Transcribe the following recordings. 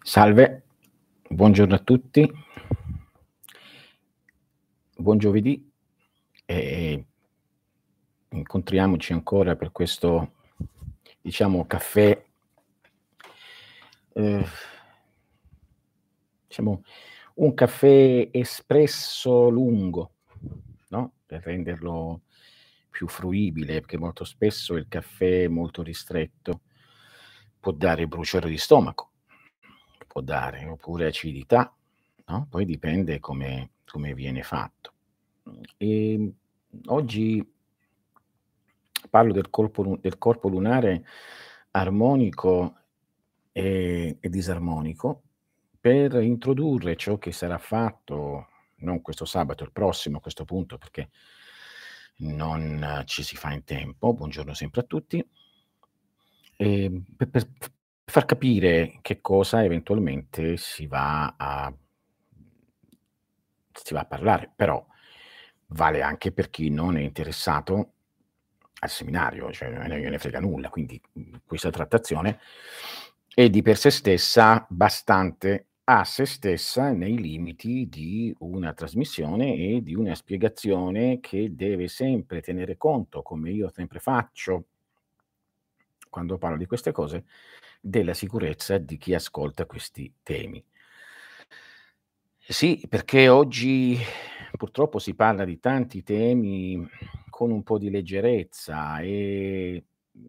Salve, buongiorno a tutti. Buon giovedì e incontriamoci ancora per questo, diciamo, caffè, uhm, diciamo un caffè espresso lungo, no, per renderlo più fruibile, perché molto spesso il caffè molto ristretto può dare bruciore di stomaco, può dare oppure acidità, no, poi dipende come viene fatto. Oggi parlo del corpo lunare armonico e disarmonico, per introdurre ciò che sarà fatto, non questo sabato, il prossimo a questo punto, perché non ci si fa in tempo. Buongiorno sempre a tutti. Per far capire che cosa eventualmente si va a parlare, però vale anche per chi non è interessato al seminario, cioè non gliene frega nulla, quindi, questa trattazione è di per sé stessa bastante a sé stessa nei limiti di una trasmissione e di una spiegazione che deve sempre tenere conto, come io sempre faccio quando parlo di queste cose, della sicurezza di chi ascolta questi temi. Sì, perché oggi purtroppo si parla di tanti temi con un po' di leggerezza e,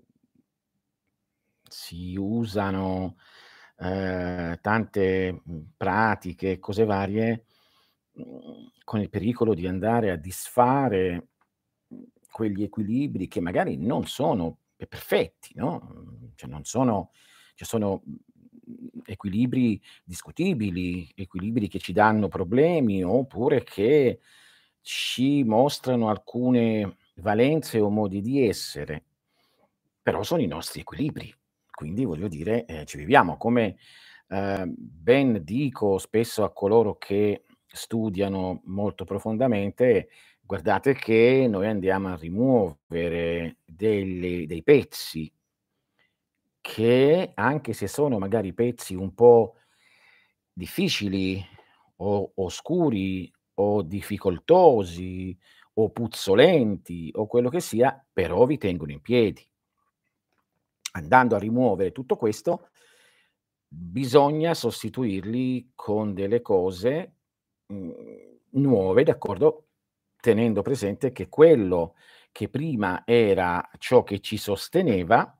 si usano, tante, pratiche e cose varie, con il pericolo di andare a disfare, quegli equilibri che magari non sono perfetti, no, cioè non sono ci sono, equilibri discutibili, equilibri che ci danno problemi, oppure che ci mostrano alcune valenze o modi di essere, però sono i nostri equilibri. Quindi voglio dire, ci viviamo. Come, ben dico spesso a coloro che studiano molto profondamente, guardate che noi andiamo a rimuovere dei pezzi che, anche se sono magari pezzi un po' difficili o oscuri o difficoltosi o puzzolenti o quello che sia, però vi tengono in piedi. Andando a rimuovere tutto questo, bisogna sostituirli con delle cose, nuove, d'accordo, tenendo presente che quello che prima era ciò che ci sosteneva,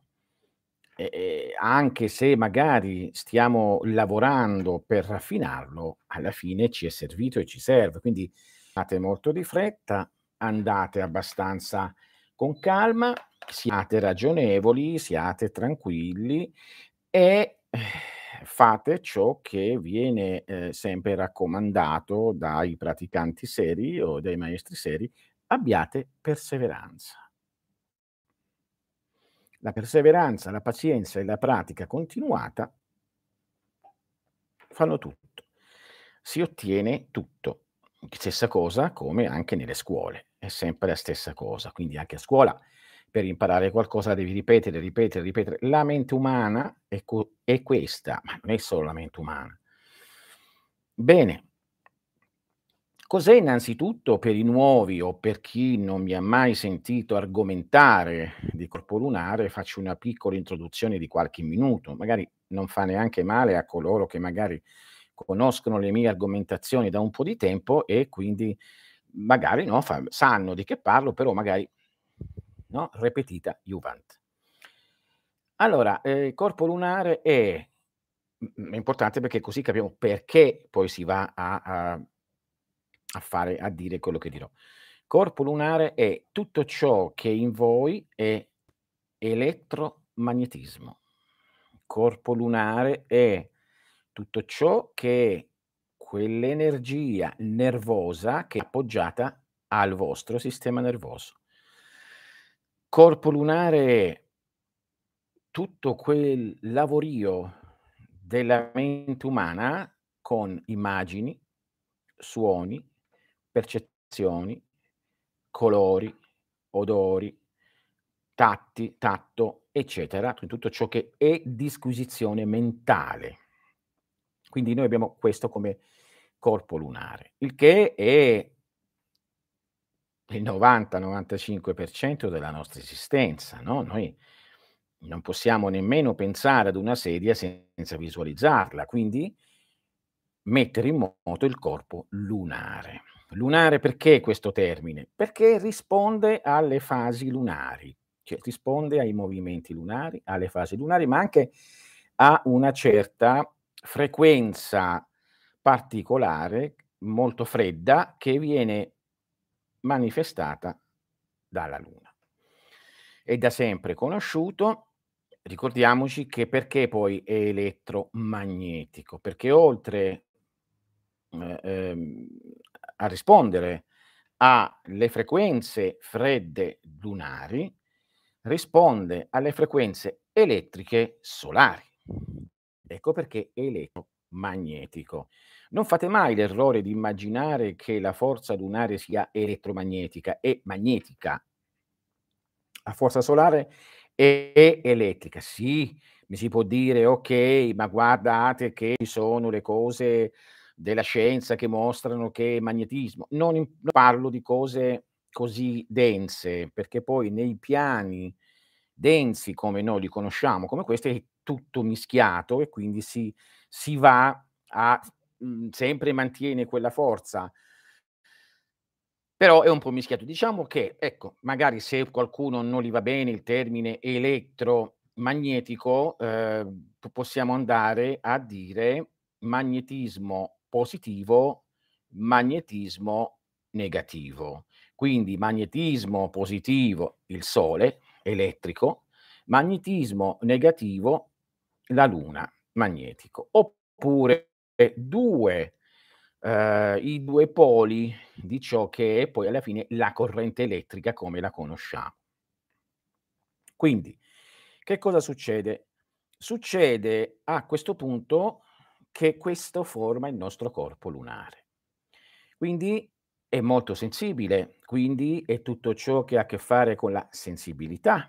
anche se magari stiamo lavorando per raffinarlo, alla fine ci è servito e ci serve. Quindi fate molto di fretta, andate abbastanza con calma, siate ragionevoli, siate tranquilli e fate ciò che viene, sempre raccomandato dai praticanti seri o dai maestri seri: abbiate perseveranza. La perseveranza, la pazienza e la pratica continuata fanno tutto. Si ottiene tutto. Stessa cosa come anche nelle scuole, è sempre la stessa cosa. Quindi anche a scuola per imparare qualcosa devi ripetere, ripetere, ripetere. La mente umana è questa, ma non è solo la mente umana. Bene, cos'è innanzitutto per i nuovi o per chi non mi ha mai sentito argomentare di corpo lunare, faccio una piccola introduzione di qualche minuto, magari non fa neanche male a coloro che magari conoscono le mie argomentazioni da un po' di tempo e quindi magari, no, sanno di che parlo, però magari, no, repetita iuvant. Allora, corpo lunare è importante perché così capiamo perché poi si va a dire quello che dirò. Corpo lunare è tutto ciò che in voi è elettromagnetismo. Corpo lunare è tutto ciò che è quell'energia nervosa che è appoggiata al vostro sistema nervoso. Corpo lunare è tutto quel lavorio della mente umana con immagini, suoni, percezioni, colori, odori, tatto, eccetera, tutto ciò che è disquisizione mentale. Quindi noi abbiamo questo come corpo lunare, il che è il 90-95% della nostra esistenza, no, noi non possiamo nemmeno pensare ad una sedia senza visualizzarla, quindi mettere in moto il corpo lunare. Lunare perché questo termine? Perché risponde alle fasi lunari, cioè risponde ai movimenti lunari, alle fasi lunari, ma anche a una certa frequenza particolare, molto fredda, che viene manifestata dalla Luna. È da sempre conosciuto, ricordiamoci che perché poi è elettromagnetico? Perché oltre, ehm, a rispondere alle frequenze fredde lunari, risponde alle frequenze elettriche solari. Ecco perché è elettromagnetico. Non fate mai l'errore di immaginare che la forza lunare sia elettromagnetica, è magnetica. La forza solare è elettrica. Sì, mi si può dire: "Okay, ma guardate che ci sono le cose della scienza che mostrano che magnetismo". Non parlo di cose così dense, perché poi nei piani densi come noi li conosciamo, come questi, è tutto mischiato e quindi si va a sempre mantiene quella forza, però è un po' mischiato. Diciamo che, ecco, magari se qualcuno non gli va bene il termine elettromagnetico, possiamo andare a dire magnetismo positivo, magnetismo negativo. Quindi magnetismo positivo il Sole, elettrico, magnetismo negativo la Luna, magnetico. Oppure 2 i 2 poli di ciò che è poi alla fine la corrente elettrica come la conosciamo. Quindi, che cosa succede? Succede a questo punto che questo forma il nostro corpo lunare. Quindi è molto sensibile, quindi è tutto ciò che ha a che fare con la sensibilità.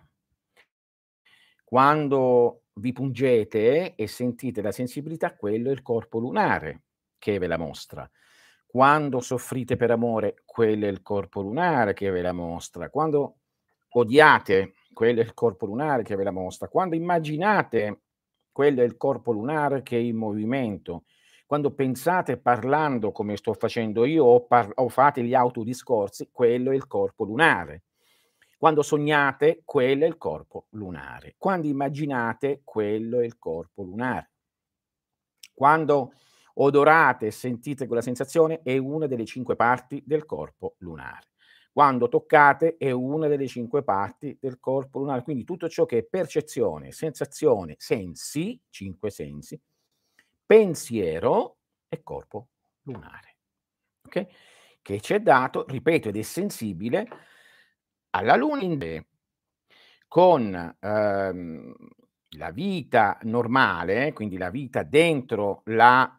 Quando vi pungete e sentite la sensibilità, quello è il corpo lunare che ve la mostra. Quando soffrite per amore, quello è il corpo lunare che ve la mostra. Quando odiate, quello è il corpo lunare che ve la mostra. Quando immaginate, quello è il corpo lunare che è in movimento. Quando pensate parlando come sto facendo io o fate gli autodiscorsi, quello è il corpo lunare. Quando sognate, quello è il corpo lunare. Quando immaginate, quello è il corpo lunare. Quando odorate e sentite quella sensazione, è una delle 5 parti del corpo lunare. Quando toccate, è una delle 5 parti del corpo lunare. Quindi tutto ciò che è percezione, sensazione, sensi, 5 sensi, pensiero e corpo lunare. Okay? Che ci è dato, ripeto, ed è sensibile alla luna in con, la vita normale, quindi la vita dentro la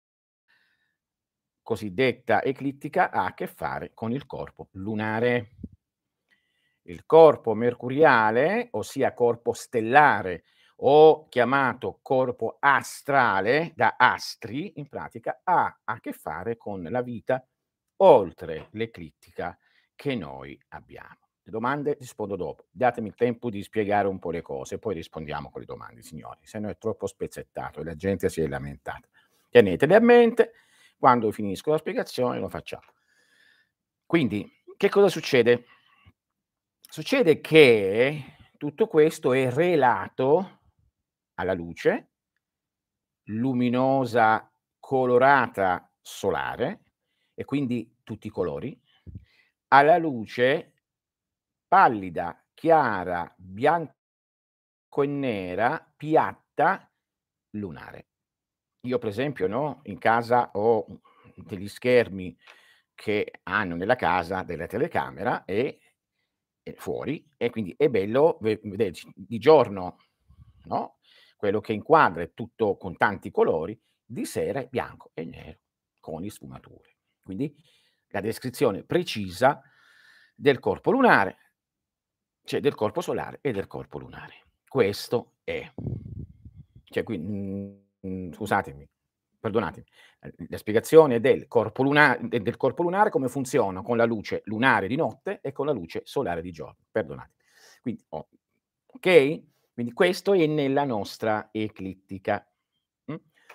cosiddetta eclittica, ha a che fare con il corpo lunare. Il corpo mercuriale, ossia corpo stellare o chiamato corpo astrale, da astri in pratica, ha a che fare con la vita oltre l'eclittica che noi abbiamo. Le domande rispondo dopo. Datemi il tempo di spiegare un po' le cose, poi rispondiamo con le domande, signori, se no è troppo spezzettato e la gente si è lamentata. Tenetele a mente, quando finisco la spiegazione lo facciamo. Quindi, che cosa succede? Succede che tutto questo è relato alla luce luminosa, colorata, solare, e quindi tutti i colori, alla luce pallida, chiara, bianco e nera, piatta, lunare. Io per esempio, no, in casa ho degli schermi che hanno nella casa della telecamera e fuori, e quindi è bello vederci di giorno, no, quello che inquadra è tutto con tanti colori, di sera è bianco e nero con le sfumature. Quindi la descrizione precisa del corpo lunare, cioè del corpo solare e del corpo lunare. Questo è. Cioè scusatemi. perdonatemi, la spiegazione del corpo lunare come funziona con la luce lunare di notte e con la luce solare di giorno, perdonatemi. Quindi okay? Quindi questo è nella nostra eclittica. Mh?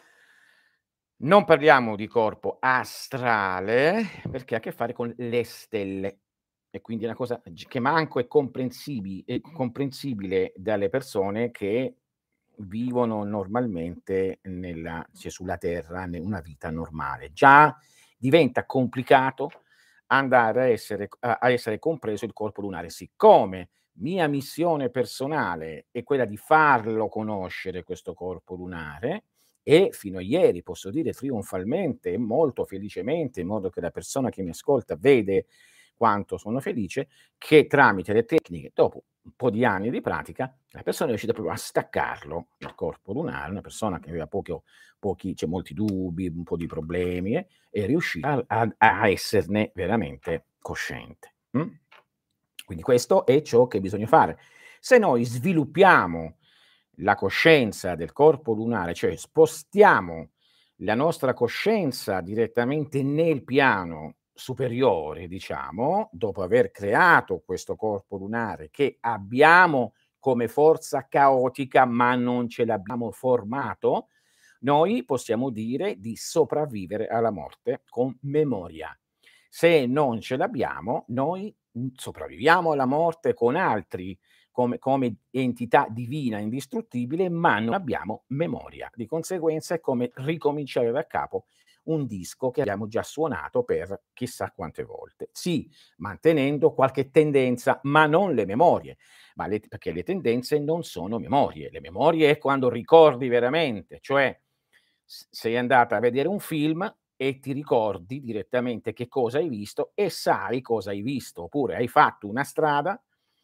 Non parliamo di corpo astrale, perché ha a che fare con le stelle e quindi è una cosa che manco è comprensibile dalle persone che vivono normalmente sulla Terra, una vita normale. Già diventa complicato andare a essere compreso il corpo lunare. Siccome mia missione personale è quella di farlo conoscere questo corpo lunare, e fino a ieri, posso dire trionfalmente e molto felicemente, in modo che la persona che mi ascolta vede quanto sono felice, che tramite le tecniche, dopo un po' di anni di pratica, la persona è riuscita proprio a staccarlo, il corpo lunare, una persona che aveva molti dubbi, un po' di problemi, è riuscita a esserne veramente cosciente. Quindi questo è ciò che bisogna fare. Se noi sviluppiamo la coscienza del corpo lunare, cioè spostiamo la nostra coscienza direttamente nel piano superiore, diciamo, dopo aver creato questo corpo lunare che abbiamo come forza caotica, ma non ce l'abbiamo formato, noi possiamo dire di sopravvivere alla morte con memoria. Se non ce l'abbiamo, noi sopravviviamo alla morte con altri come entità divina indistruttibile, ma non abbiamo memoria. Di conseguenza è come ricominciare da capo un disco che abbiamo già suonato per chissà quante volte. Sì, mantenendo qualche tendenza, ma non le memorie, perché le tendenze non sono memorie. Le memorie è quando ricordi veramente, cioè sei andata a vedere un film e ti ricordi direttamente che cosa hai visto e sai cosa hai visto, oppure hai fatto una strada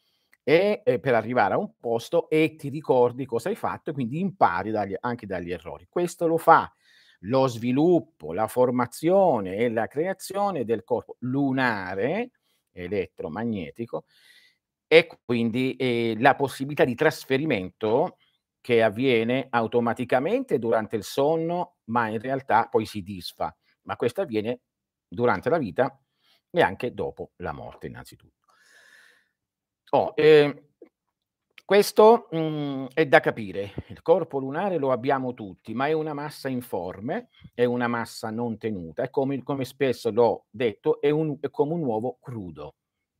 per arrivare a un posto e ti ricordi cosa hai fatto e quindi impari anche dagli errori. Questo lo fa lo sviluppo, la formazione e la creazione del corpo lunare, elettromagnetico, e quindi, la possibilità di trasferimento che avviene automaticamente durante il sonno, ma in realtà poi si disfa. Ma questo avviene durante la vita e anche dopo la morte innanzitutto. Oh, questo, è da capire. Il corpo lunare lo abbiamo tutti, ma è una massa informe, è una massa non tenuta, è come spesso l'ho detto, è come un uovo crudo.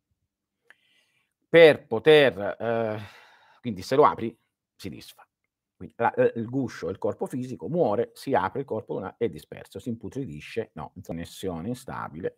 Per poter quindi se lo apri si disfa. Quindi il guscio, il corpo fisico muore, si apre il corpo è disperso, si imputridisce, no, connessione instabile.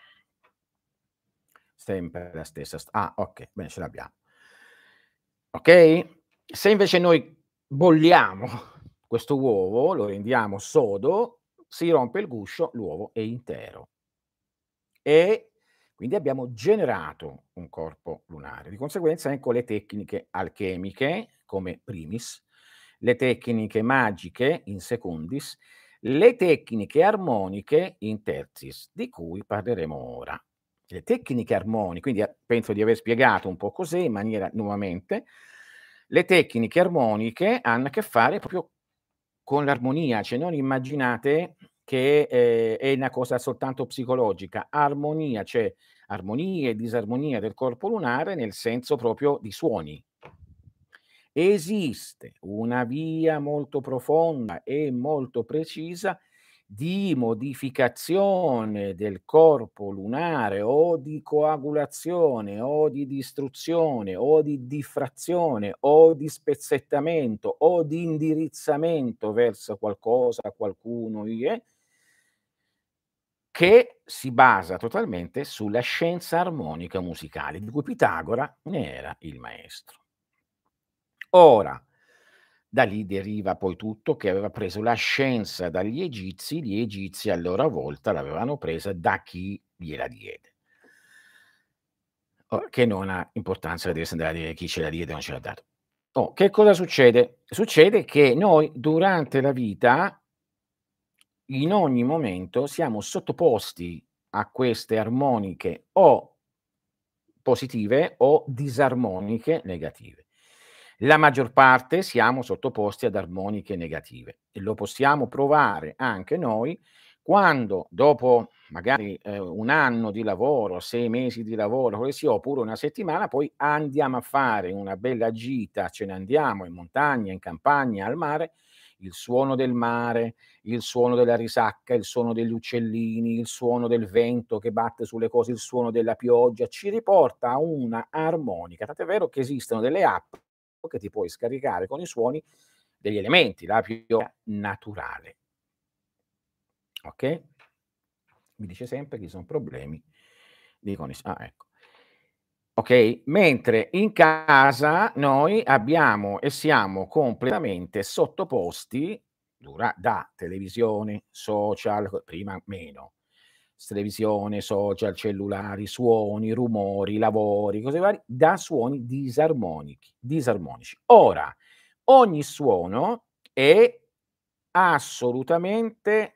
Sempre la stessa okay, bene ce l'abbiamo. Okay? Se invece noi bolliamo questo uovo, lo rendiamo sodo, si rompe il guscio, l'uovo è intero. E quindi abbiamo generato un corpo lunare. Di conseguenza ecco le tecniche alchemiche come primis, le tecniche magiche in secundis, le tecniche armoniche in tertis, di cui parleremo ora. Le tecniche quindi penso di aver spiegato un po' cos'è in maniera nuovamente, le tecniche armoniche hanno a che fare proprio con l'armonia, cioè non immaginate che, è una cosa soltanto psicologica. Armonia, cioè armonia e disarmonia del corpo lunare nel senso proprio di suoni. Esiste una via molto profonda e molto precisa di modificazione del corpo lunare o di coagulazione o di distruzione o di diffrazione o di spezzettamento o di indirizzamento verso qualcosa, qualcuno, che si basa totalmente sulla scienza armonica musicale, di cui Pitagora ne era il maestro. Ora, da lì deriva poi tutto che aveva preso la scienza dagli egizi, gli egizi a loro volta l'avevano presa da chi gliela diede. Che non ha importanza, dovresti andare a dire chi ce l'ha diede o non ce l'ha dato. Che cosa succede? Succede che noi durante la vita, in ogni momento, siamo sottoposti a queste armoniche o positive o disarmoniche negative. La maggior parte siamo sottoposti ad armoniche negative e lo possiamo provare anche noi quando dopo magari, 1 anno di lavoro, 6 mesi di lavoro, quello che sia, oppure 1 settimana, poi andiamo a fare una bella gita, ce ne andiamo in montagna, in campagna, al mare, il suono del mare, il suono della risacca, il suono degli uccellini, il suono del vento che batte sulle cose, il suono della pioggia, ci riporta a una armonica. Tant'è vero che esistono delle app che ti puoi scaricare con i suoni degli elementi, la pioggia naturale, okay? Mi dice sempre che ci son problemi di ecco. Okay, mentre in casa noi abbiamo e siamo completamente sottoposti da televisione, social, prima meno, televisione, social, cellulari, suoni, rumori, lavori, cose varie, da suoni disarmonici. Ora, ogni suono è assolutamente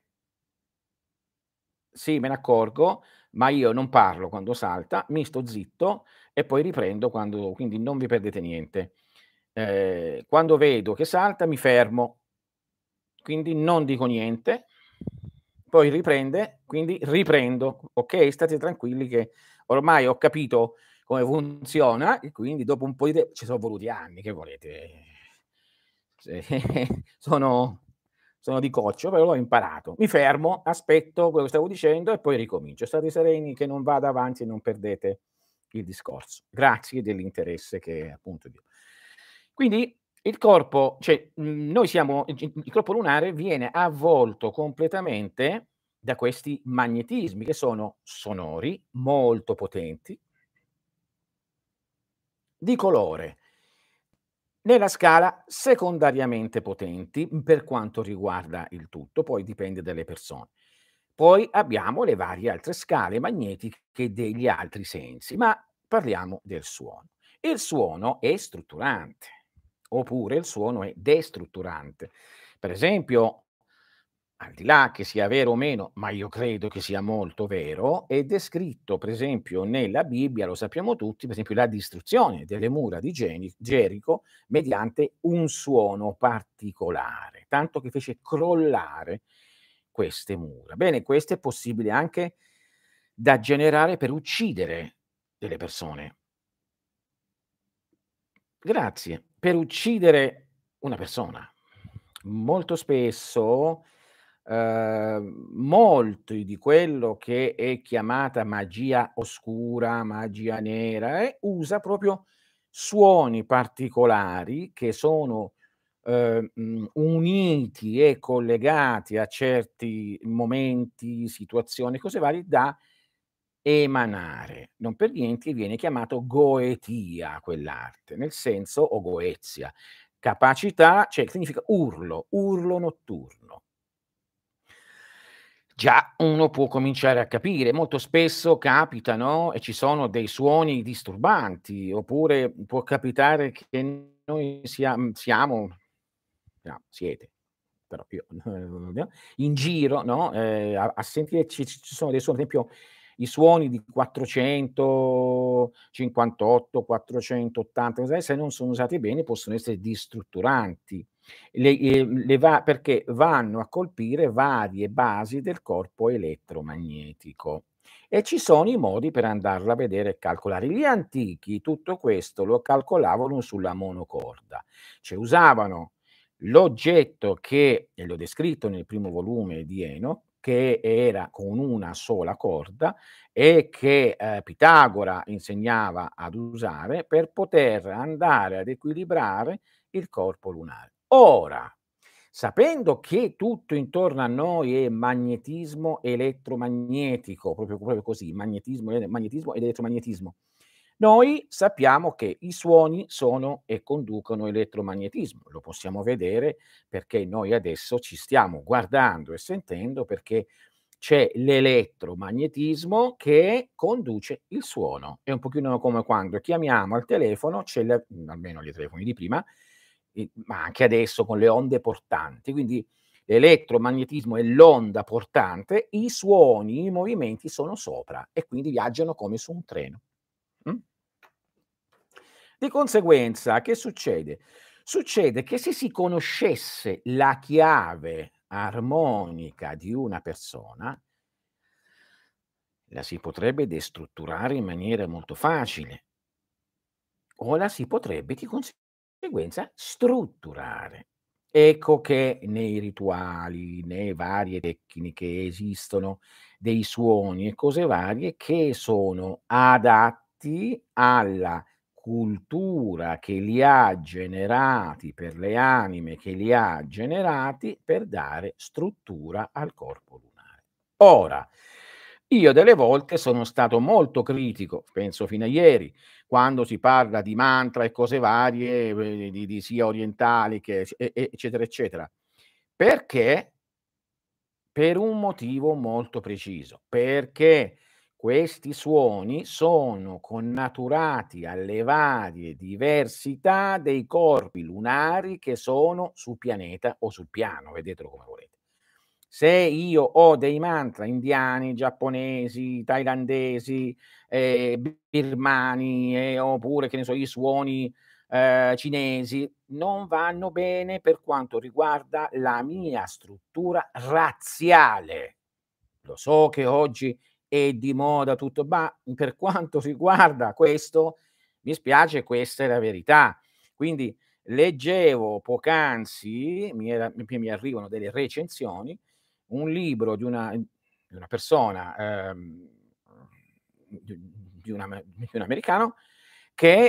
sì, me ne accorgo, ma io non parlo quando salta, mi sto zitto e poi riprendo quando quindi non vi perdete niente. Quando vedo che salta mi fermo, quindi non dico niente, poi riprende, quindi riprendo, okay? State tranquilli che ormai ho capito come funziona e quindi dopo un po' di ci son voluti anni, che volete? Se sono sono di coccio, però l'ho imparato. Mi fermo, aspetto quello che stavo dicendo e poi ricomincio. State sereni che non vado avanti e non perdete il discorso. Grazie dell'interesse che appunto vi ho. Quindi il corpo cioè, noi siamo il corpo lunare viene avvolto completamente da questi magnetismi che sono sonori, molto potenti, di colore. Nella scala secondariamente potenti, per quanto riguarda il tutto, poi dipende dalle persone. Poi abbiamo le varie altre scale magnetiche degli altri sensi, ma parliamo del suono. Il suono è strutturante, oppure il suono è destrutturante. Per esempio, al di là che sia vero o meno, ma io credo che sia molto vero, è descritto per esempio nella Bibbia, lo sappiamo tutti, per esempio la distruzione delle mura di Gerico mediante un suono particolare, tanto che fece crollare queste mura. Bene, questo è possibile anche da generare per uccidere delle persone. Grazie. Per uccidere una persona. Molto spesso, molti di quello che è chiamata magia oscura, magia nera, usa proprio suoni particolari che sono, uniti e collegati a certi momenti, situazioni, cose varie da emanare. Non per niente viene chiamato goetia quell'arte, nel senso o goezia, capacità cioè significa urlo, urlo notturno. Già uno può cominciare a capire, molto spesso capita, no, e ci sono dei suoni disturbanti, oppure può capitare che noi siete, però io in giro, no, a sentire ci sono dei suoni, ad esempio i suoni di 458, 480, cos'è, se non sono usati bene possono essere distrutturanti. Le va perché vanno a colpire varie basi del corpo elettromagnetico. E ci sono i modi per andarla a vedere e calcolare. Gli antichi tutto questo lo calcolavano sulla monocorda, cioè usavano l'oggetto che e l'ho descritto nel primo volume di Enoch, che era con una sola corda e che, Pitagora insegnava ad usare per poter andare ad equilibrare il corpo lunare. Ora, sapendo che tutto intorno a noi è magnetismo elettromagnetico, proprio così, magnetismo ed elettromagnetismo, noi sappiamo che i suoni sono e conducono elettromagnetismo. Lo possiamo vedere perché noi adesso ci stiamo guardando e sentendo perché c'è l'elettromagnetismo che conduce il suono. È un pochino come quando chiamiamo al telefono, c'è almeno nei telefoni di prima, ma anche adesso con le onde portanti, quindi l'elettromagnetismo è l'onda portante, i suoni, i movimenti sono sopra e quindi viaggiano come su un treno. Mh? Di conseguenza che succede? Succede che se si conoscesse la chiave armonica di una persona, la si potrebbe destrutturare in maniera molto facile o la si potrebbe di conseguenza strutturare. Ecco che nei rituali, nelle varie tecniche esistono dei suoni e cose varie che sono adatti alla cultura che li ha generati, per le anime che li ha generati, per dare struttura al corpo lunare. Ora, io delle volte sono stato molto critico, penso fino a ieri, quando si parla di mantra e cose varie, di sia orientali che eccetera, eccetera. Perché? Per un motivo molto preciso, perché questi suoni sono connaturati alle varie diversità dei corpi lunari che sono sul pianeta o sul piano, vedetelo come volete. Se io ho dei mantra indiani, giapponesi, thailandesi, birmani, oppure che ne so i suoni, cinesi, non vanno bene per quanto riguarda la mia struttura razziale. Lo so che oggi è di moda tutto, ma per quanto riguarda questo, mi spiace, questa è la verità. Quindi leggevo poc'anzi, mi arrivano delle recensioni, un libro di una persona, di un americano che,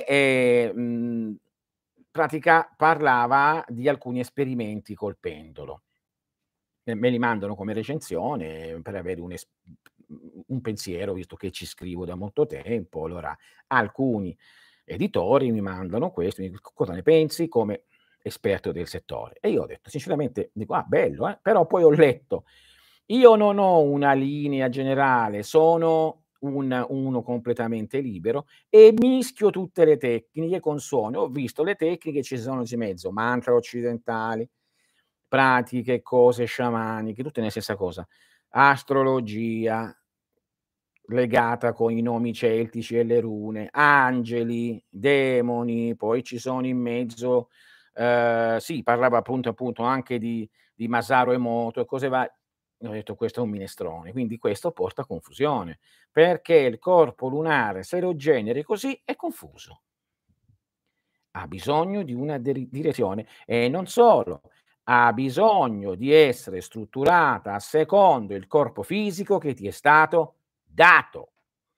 pratica parlava di alcuni esperimenti col pendolo. E me li mandano come recensione per avere un pensiero, visto che ci scrivo da molto tempo. Allora alcuni editori mi mandano questo, mi dico: "Cosa ne pensi come esperto del settore?" E io ho detto sinceramente, dico: "Ah bello però poi ho letto. Io non ho una linea generale, sono uno completamente libero e mischio tutte le tecniche con suoni. Ho visto le tecniche, ci sono di mezzo mantra occidentali, pratiche, cose sciamaniche, tutte nella stessa cosa. Astrologia legata con i nomi celtici e le rune, angeli, demoni, poi ci sono in mezzo sì, parlava appunto anche di Masaru Emoto e cose va ho detto: "Questo è un minestrone", quindi questo porta a confusione, perché il corpo lunare, se lo generi così, è confuso. Ha bisogno di una direzione e non solo, ha bisogno di essere strutturata secondo il corpo fisico che ti è stato dato,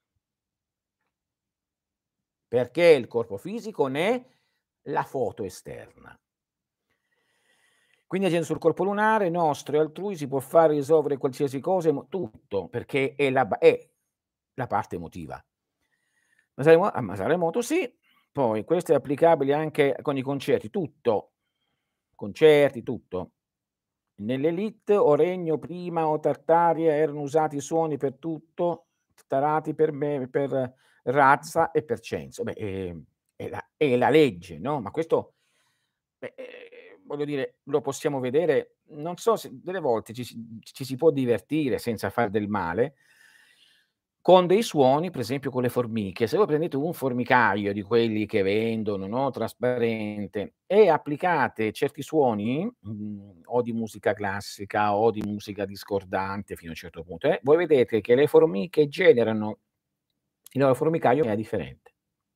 perché il corpo fisico ne è la foto esterna. Quindi agendo sul corpo lunare nostro e altrui si può fare risolvere qualsiasi cosa, tutto, perché è la parte emotiva. A Masaremoto sì, poi questo è applicabile anche con i concerti, tutto, concerti, tutto. Nell'élite o regno prima o Tartaria erano usati suoni per tutto, tarati per me per razza e per censo. Beh, è la legge, no, ma questo, beh, voglio dire, lo possiamo vedere, non so se delle volte ci si può divertire senza far del male, con dei suoni, per esempio con le formiche. Se voi prendete un formicaio di quelli che vendono, no, trasparente, e applicate certi suoni, o di musica classica o di musica discordante fino a un certo punto, voi vedete che le formiche generano il loro formicaio in maniera differente.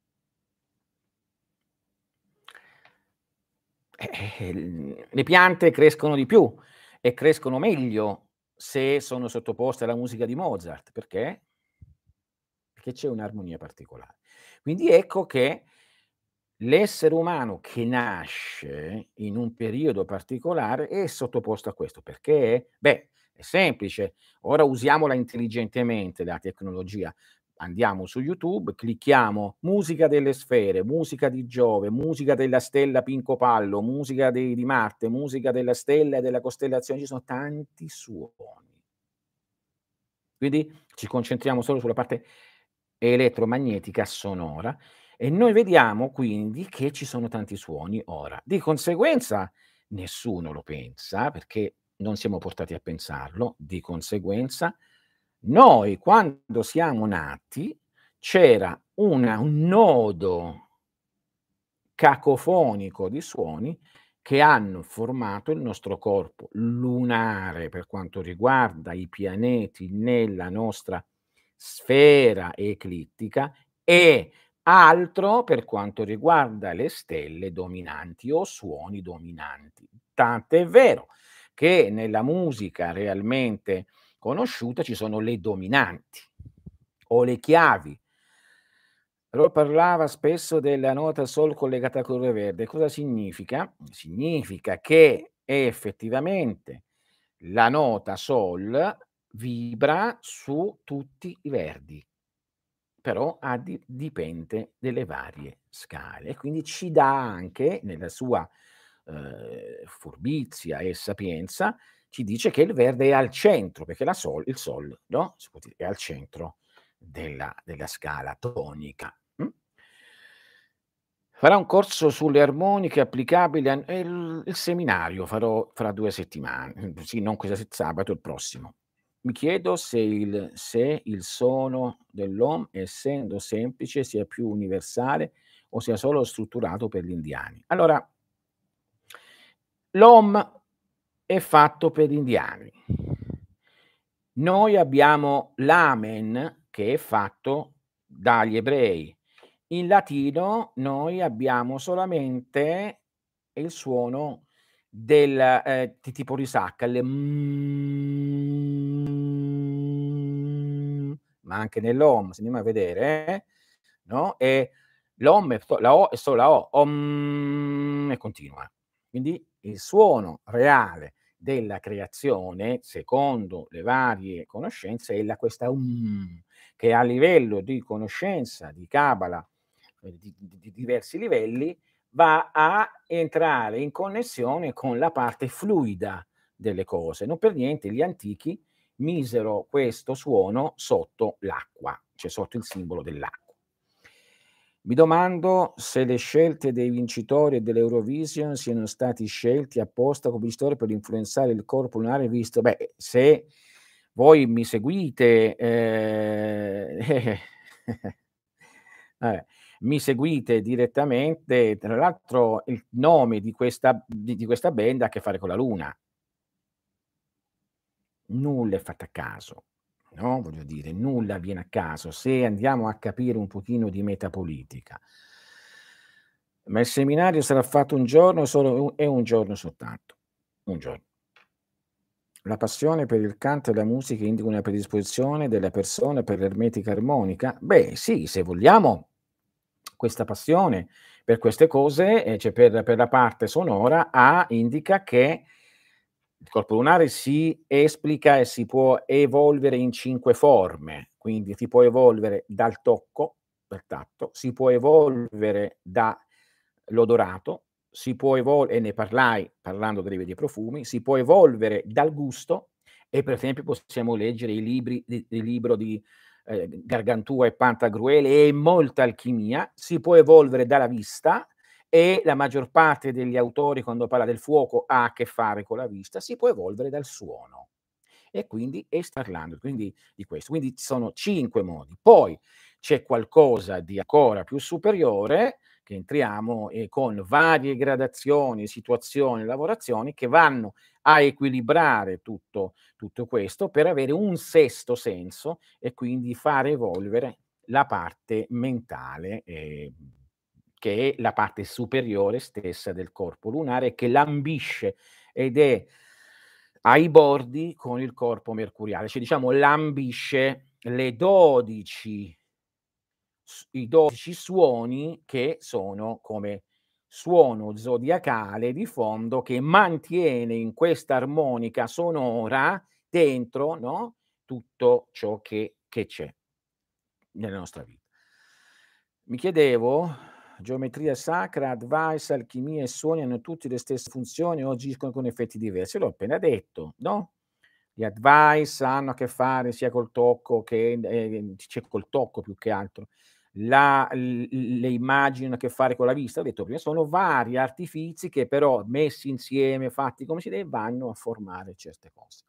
Le piante crescono di più e crescono meglio se sono sottoposte alla musica di Mozart. Perché? Perché c'è un'armonia particolare. Quindi ecco che l'essere umano che nasce in un periodo particolare è sottoposto a questo. Perché? Beh, è semplice, ora usiamola intelligentemente la tecnologia. Andiamo su YouTube, clicchiamo musica delle sfere, musica di Giove, musica della stella Pinco Pallo, musica di Marte, musica della stella e della costellazione, ci sono tanti suoni. Quindi ci concentriamo solo sulla parte elettromagnetica sonora e noi vediamo quindi che ci sono tanti suoni ora. Di conseguenza nessuno lo pensa, perché non siamo portati a pensarlo, di conseguenza noi quando siamo nati c'era un nodo cacofonico di suoni che hanno formato il nostro corpo lunare per quanto riguarda i pianeti nella nostra sfera eclittica e altro per quanto riguarda le stelle dominanti o suoni dominanti. Tant'è vero che nella musica realmente conosciuta ci sono le dominanti o le chiavi. Allora parlava spesso della nota sol collegata al colore verde. Cosa significa? Significa che effettivamente la nota sol vibra su tutti i verdi, però dipende delle varie scale e quindi ci dà anche nella sua, furbizia e sapienza, ci dice che il verde è al centro, perché il sol, no, si può dire, è al centro della scala tonica. Farò un corso sulle armoniche applicabili a il seminario farò fra 2 settimane, sì, non questa sabato, il prossimo. Mi chiedo se il suono dell'Om, essendo semplice, sia più universale o sia solo strutturato per gli indiani. Allora, l'Om è fatto per gli indiani. Noi abbiamo l'Amen che è fatto dagli ebrei. In latino noi abbiamo solamente il suono del di tipo risacca, il ma anche nell'Om, se andiamo a vedere, no, l'Om è la O è solo la O, e continua. Quindi il suono reale della creazione, secondo le varie conoscenze, è questa che a livello di conoscenza di Cabala, di diversi livelli, va a entrare in connessione con la parte fluida delle cose. Non per niente gli antichi misero questo suono sotto l'acqua, cioè sotto il simbolo dell'acqua. Mi domando se le scelte dei vincitori dell'Eurovision siano stati scelti apposta come vincitori per influenzare il corpo lunare visto se voi mi seguite, vabbè, mi seguite direttamente, tra l'altro il nome di questa band ha a che fare con la luna. Nulla è fatto a caso, no, voglio dire, nulla avviene a caso. Se andiamo a capire un pochino di metapolitica. Ma il seminario sarà fatto un giorno solo è un giorno soltanto, un giorno. La passione per il canto e la musica indica una predisposizione della persona per l'ermetica armonica? Beh sì, se vogliamo questa passione per queste cose, cioè per la parte sonora, indica che il corpo lunare si esplica e si può evolvere in 5 forme, quindi si può evolvere dal tocco, dal tatto, si può evolvere dall'odorato, si può e ne parlai parlando dei profumi, si può evolvere dal gusto e per esempio possiamo leggere i libri il libro di, Gargantua e Pantagruele e molta alchimia, si può evolvere dalla vista e la maggior parte degli autori quando parla del fuoco ha a che fare con la vista, si può evolvere dal suono e quindi parlando quindi di questo. Quindi ci sono 5 modi. Poi c'è qualcosa di ancora più superiore che entriamo con varie gradazioni, situazioni, lavorazioni che vanno a equilibrare tutto questo per avere un sesto senso e quindi fare evolvere la parte mentale, che è la parte superiore stessa del corpo lunare che lambisce ed è ai bordi con il corpo mercuriale, cioè diciamo lambisce le 12 i 12 suoni che sono come suono zodiacale di fondo che mantiene in questa armonica sonora dentro, no, tutto ciò che c'è nella nostra vita. Mi chiedevo, geometria sacra, advice, alchimia e suoni hanno tutti le stesse funzioni o agiscono con effetti diversi? L'ho appena detto, no? Gli advice hanno a che fare sia col tocco che cioè col tocco più che altro. Le immagini hanno a che fare con la vista, ho detto prima, sono vari artifizi che però messi insieme, fatti come si deve, vanno a formare certe cose.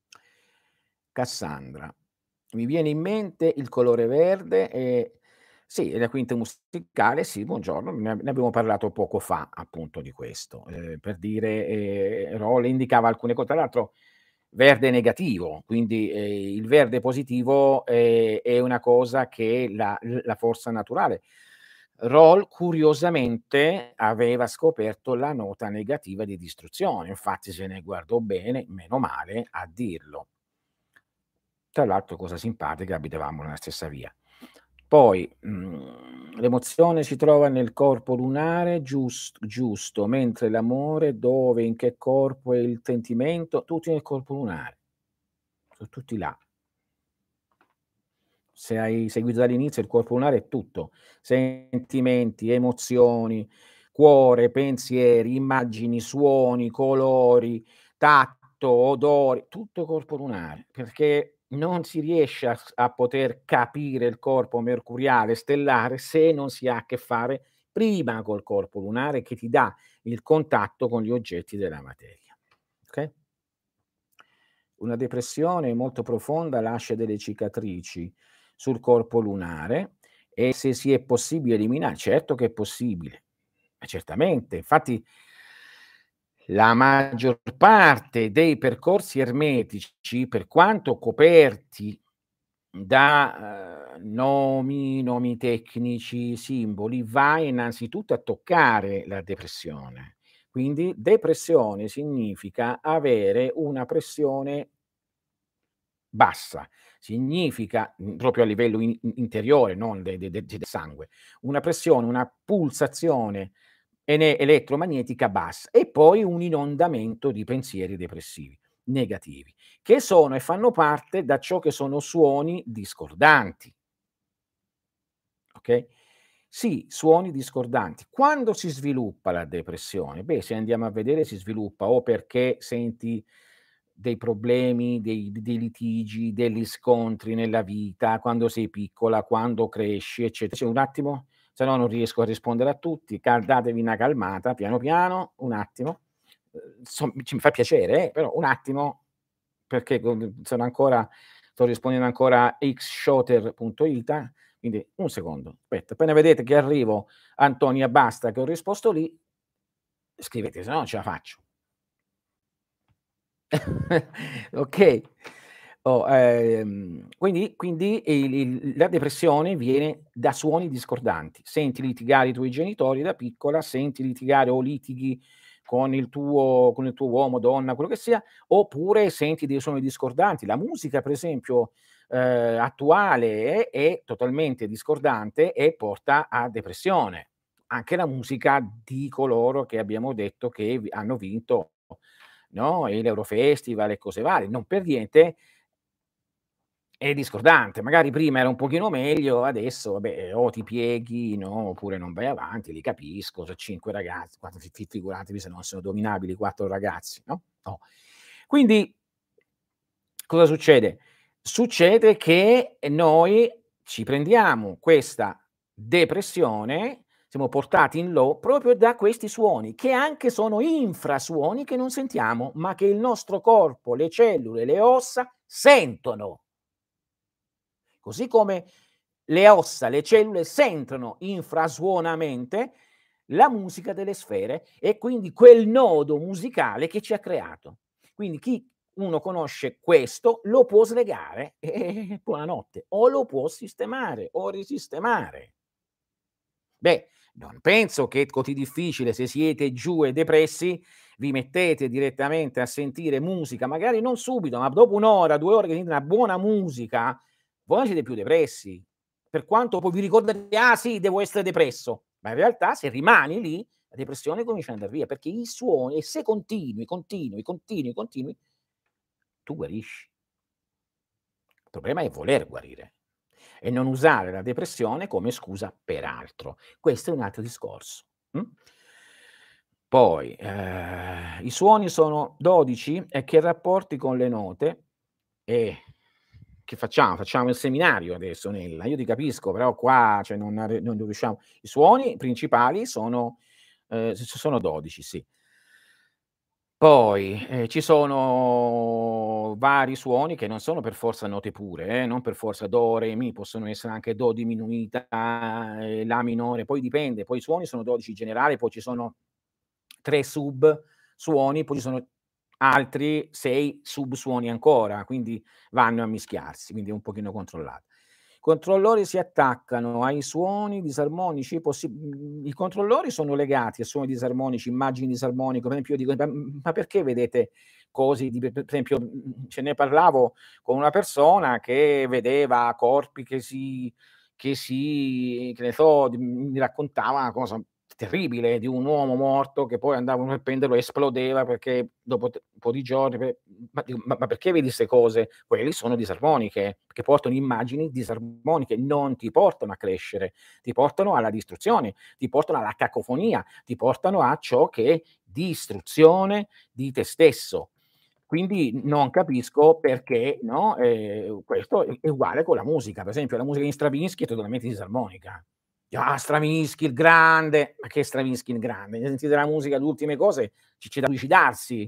Cassandra. Mi viene in mente il colore verde e Sì, e la quinta musicale, sì, buongiorno, ne abbiamo parlato poco fa appunto di questo, per dire, Roll indicava alcune co tra l'altro verde negativo, quindi, il verde positivo, è una cosa che la forza naturale. Roll curiosamente aveva scoperto la nota negativa di distruzione, infatti se ne guardò bene, meno male a dirlo. Tra l'altro cosa simpatica, abitavamo nella stessa via. Poi, l'emozione si trova nel corpo lunare, giusto, mentre l'amore dove, in che corpo è il sentimento? Tutti nel corpo lunare, so' tutti là. Se hai seguito dall'inizio il corpo lunare è tutto, sentimenti, emozioni, cuore, pensieri, immagini, suoni, colori, tatto, odori, tutto corpo lunare, perché non si riesce a poter capire il corpo mercuriale, stellare, se non si ha a che fare prima col corpo lunare che ti dà il contatto con gli oggetti della materia, okay? Una depressione molto profonda lascia delle cicatrici sul corpo lunare e se si è possibile certo che è possibile, ma certamente. Infatti la maggior parte dei percorsi ermetici, per quanto coperti da, nomi tecnici, simboli, va innanzitutto a toccare la depressione. Quindi depressione significa avere una pressione bassa, significa, proprio a livello interiore, non del sangue, una pressione, una pulsazione elettromagnetica bassa e poi un inondamento di pensieri depressivi, negativi, che sono e fanno parte da ciò che sono suoni discordanti, okay? Sì, suoni discordanti. Quando si sviluppa la depressione? Beh, se andiamo a vedere si sviluppa o perché senti dei problemi, dei litigi, degli scontri nella vita, quando sei piccola, quando cresci, un attimo, se no non riesco a rispondere a tutti, datevi una calmata, piano piano, un attimo. Mi fa piacere però un attimo, perché sono ancora sto rispondendo ancora a xshooter.it, quindi un secondo, aspetta, appena vedete che arrivo, Antonia basta che ho risposto lì, scrivete, se no non ce la faccio. Okay. Quindi la depressione viene da suoni discordanti. Senti litigare i tuoi genitori da piccola, senti litigare o litighi con il tuo uomo, donna, quello che sia, oppure senti dei suoni discordanti. La musica per esempio, attuale è totalmente discordante e porta a depressione. Anche la musica di coloro che abbiamo detto che hanno vinto, no, l'Eurofestival e cose varie. Non per niente è discordante. Magari prima era un pochino meglio, adesso vabbè o ti pieghi, no, oppure non vai avanti, li capisco, so' 5 ragazzi, quando figuratevi se non sono dominabili 4 ragazzi, no, oh. Quindi cosa succede? Succede che noi ci prendiamo questa depressione, siamo portati in low proprio da questi suoni, che anche sono infrasuoni che non sentiamo, ma che il nostro corpo, le cellule, le ossa sentono. Così come le ossa, le cellule sentono infrasuonamente la musica delle sfere e quindi quel nodo musicale che ci ha creato. Quindi chi uno conosce questo lo può slegare e buonanotte, o lo può sistemare o risistemare. Beh, non penso che è così difficile se siete giù e depressi, vi mettete direttamente a sentire musica, magari non subito, ma dopo 1 ora, 2 ore che sentite una buona musica, voi non siete più depressi. Per quanto poi vi ricordate: "Ah sì, devo essere depresso", ma in realtà se rimani lì, la depressione comincia ad andar via, perché i suoni e se continui, tu guarisci. Il problema è voler guarire e non usare la depressione come scusa per altro. Questo è un altro discorso, mh? Poi, i suoni sono 12 e che rapporti con le note? Che facciamo? Facciamo il seminario adesso Nella, io ti capisco, però qua cioè non riusciamo. I suoni principali sono 12, sì. Poi, ci sono vari suoni che non sono per forza note pure, non per forza do, re, mi, possono essere anche do diminuita, la minore, poi dipende, poi i suoni sono 12 in generale, poi ci sono 3 sub suoni, poi ci sono altri 6 subsuoni ancora, quindi vanno a mischiarsi, quindi è un pochino controllato. Controllori si attaccano ai suoni disarmonici, i controllori sono legati a suoni disarmonici, immagini disarmoniche, per esempio io dico: Ma perché vedete cose di per esempio, ce ne parlavo con una persona che vedeva corpi che ne so, mi raccontava una cosa terribile di un uomo morto che poi andavano a prenderlo e esplodeva perché dopo un po' di giorni ma dico: "Ma perché vedi 'ste cose?" Quelli sono disarmoniche, che portano immagini disarmoniche, non ti portano a crescere, ti portano alla distruzione, ti portano alla cacofonia, ti portano a ciò che è distruzione di te stesso. Quindi non capisco perché, no, questo è uguale con la musica. Per esempio la musica di Stravinsky è totalmente disarmonica. Ah, Stravinsky il grande, ma che Stravinsky il grande? Ne sentite la musica, le ultime cose, c'è da suicidarsi,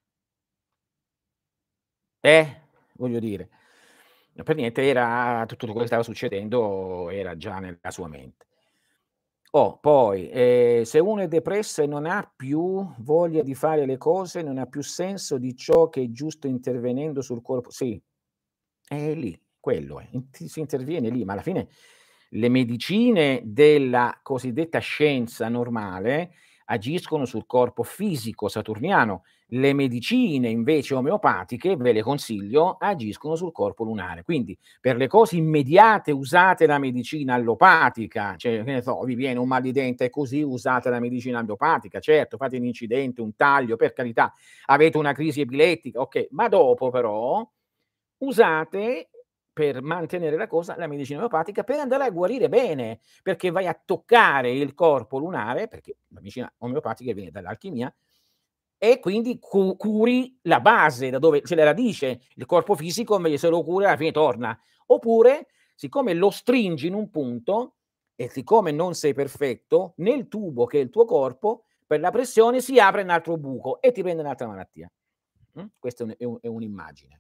eh? Voglio dire. No, per niente era tutto quello che stava succedendo era già nella sua mente. Oh, poi, se uno è depresso e non ha più voglia di fare le cose, non ha più senso di ciò che è giusto intervenendo sul corpo sì. Lì, quello è. Si interviene lì, ma alla fine le medicine della cosiddetta scienza normale agiscono sul corpo fisico saturniano. Le medicine invece omeopatiche, ve le consiglio, agiscono sul corpo lunare. Quindi per le cose immediate usate la medicina allopatica, cioè che ne so, vi viene un mal di dente e così usate la medicina allopatica, certo, fate un incidente, un taglio, per carità, avete una crisi epilettica, okay, ma dopo però usate, per mantenere la cosa, la medicina omeopatica per andare a guarire bene, perché vai a toccare il corpo lunare, perché la medicina omeopatica viene dall'alchimia, e quindi curi la base, da dove c'è la radice, il corpo fisico invece se lo curi alla fine torna. Oppure, siccome lo stringi in un punto e siccome non sei perfetto, nel tubo che è il tuo corpo, per la pressione si apre un altro buco e ti prende un'altra malattia. Questa è un'immagine.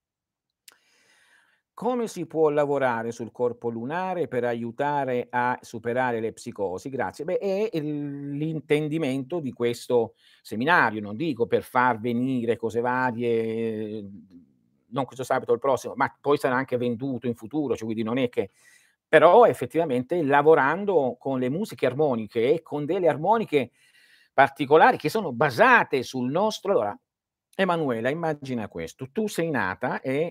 Come si può lavorare sul corpo lunare per aiutare a superare le psicosi? Grazie. Beh, è l'intendimento di questo seminario, non dico per far venire cose varie, non questo sabato o il prossimo, ma poi sarà anche venduto in futuro, cioè quindi non è che però effettivamente lavorando con le musiche armoniche e con delle armoniche particolari che sono basate sul nostro allora, Emanuela immagina questo, tu sei nata e,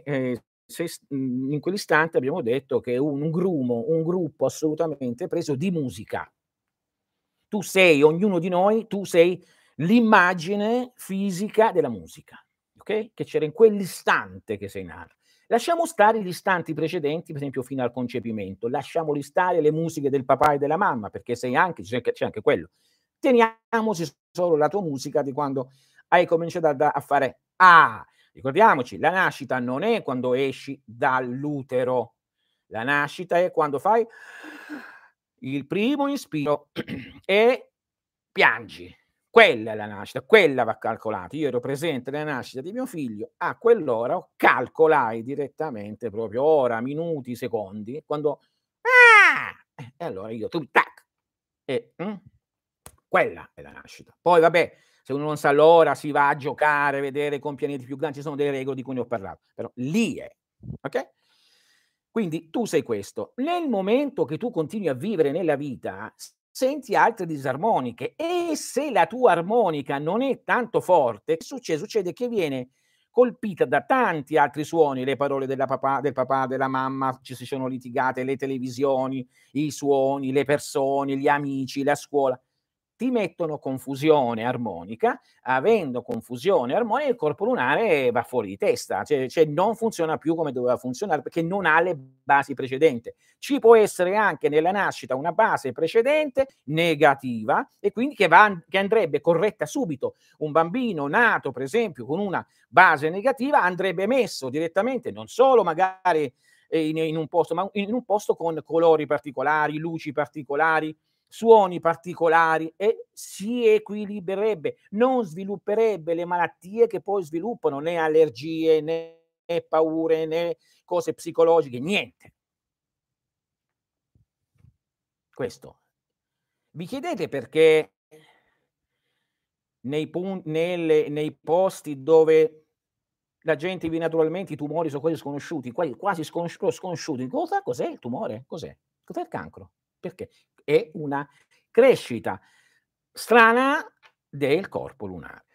in quell'istante abbiamo detto che un gruppo assolutamente preso di musica. Tu sei ognuno di noi, tu sei l'immagine fisica della musica, okay, che c'era in quell'istante che sei nata. Lasciamo stare gli istanti precedenti, per esempio fino al concepimento, lasciamoli stare le musiche del papà e della mamma, perché sei anche c'è anche quello. Teniamoci solo la tua musica di quando hai cominciato a fare "ah". Ricordiamoci, la nascita non è quando esci dall'utero, la nascita è quando fai il primo inspiro e piangi. Quella è la nascita, quella va calcolata. Io ero presente nella nascita di mio figlio, a quell'ora calcolai direttamente proprio ora, minuti, secondi, quando "ah!" E allora io tu tac e quella è la nascita. Poi vabbè, se uno non sa l'ora si va a giocare, vedere con pianeti più grandi, ci sono delle regole di cui ne ho parlato, però lì è, okay? Quindi tu sei questo. Nel momento che tu continui a vivere nella vita, senti altre disarmoniche e se la tua armonica non è tanto forte, che succede? Succede che viene colpita da tanti altri suoni, le parole del papà, della mamma, ci si sono litigate, le televisioni, i suoni, le persone, gli amici, la scuola ti mettono confusione armonica, avendo confusione armonica il corpo lunare va fuori di testa, cioè non funziona più come doveva funzionare perché non ha le basi precedente. Ci può essere anche nella nascita una base precedente negativa e quindi che andrebbe corretta subito. Un bambino nato per esempio con una base negativa andrebbe messo direttamente non solo magari in un posto, ma in un posto con colori particolari, luci particolari, suoni particolari e si equilibrerebbe, non svilupperebbe le malattie che poi sviluppano, né allergie, né paure, né cose psicologiche, niente. Questo. Vi chiedete perché nei posti dove la gente vive naturalmente, i tumori sono quasi sconosciuti, quasi sconosciuti. Cos'è il tumore? Cos'è il cancro? Perché? È una crescita strana del corpo lunare.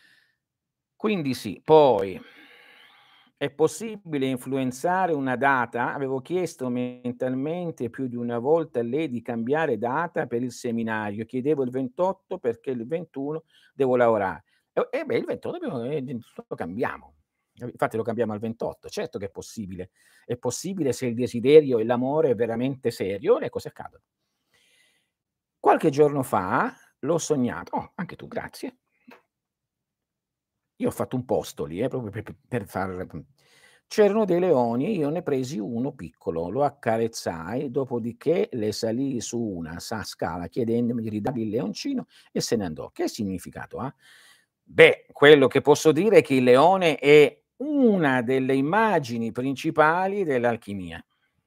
Quindi sì, poi è possibile influenzare una data? Avevo chiesto mentalmente più di una volta a lei di cambiare data per il seminario. Chiedevo il 28 perché il 21 devo lavorare. Beh, il 28 lo cambiamo. Infatti lo cambiamo al 28. Certo che è possibile. È possibile se il desiderio e l'amore è veramente serio, le cose accadono. Qualche giorno fa l'ho sognato. Oh, anche tu, grazie. Io ho fatto un posto lì, proprio per far c'erano dei leoni, io ne presi uno piccolo, lo accarezzai, dopodiché le salii su una scala chiedendomi di ridargli il leoncino e se ne andò. Che significato ha? Beh, quello che posso dire è che il leone è una delle immagini principali dell'alchimia.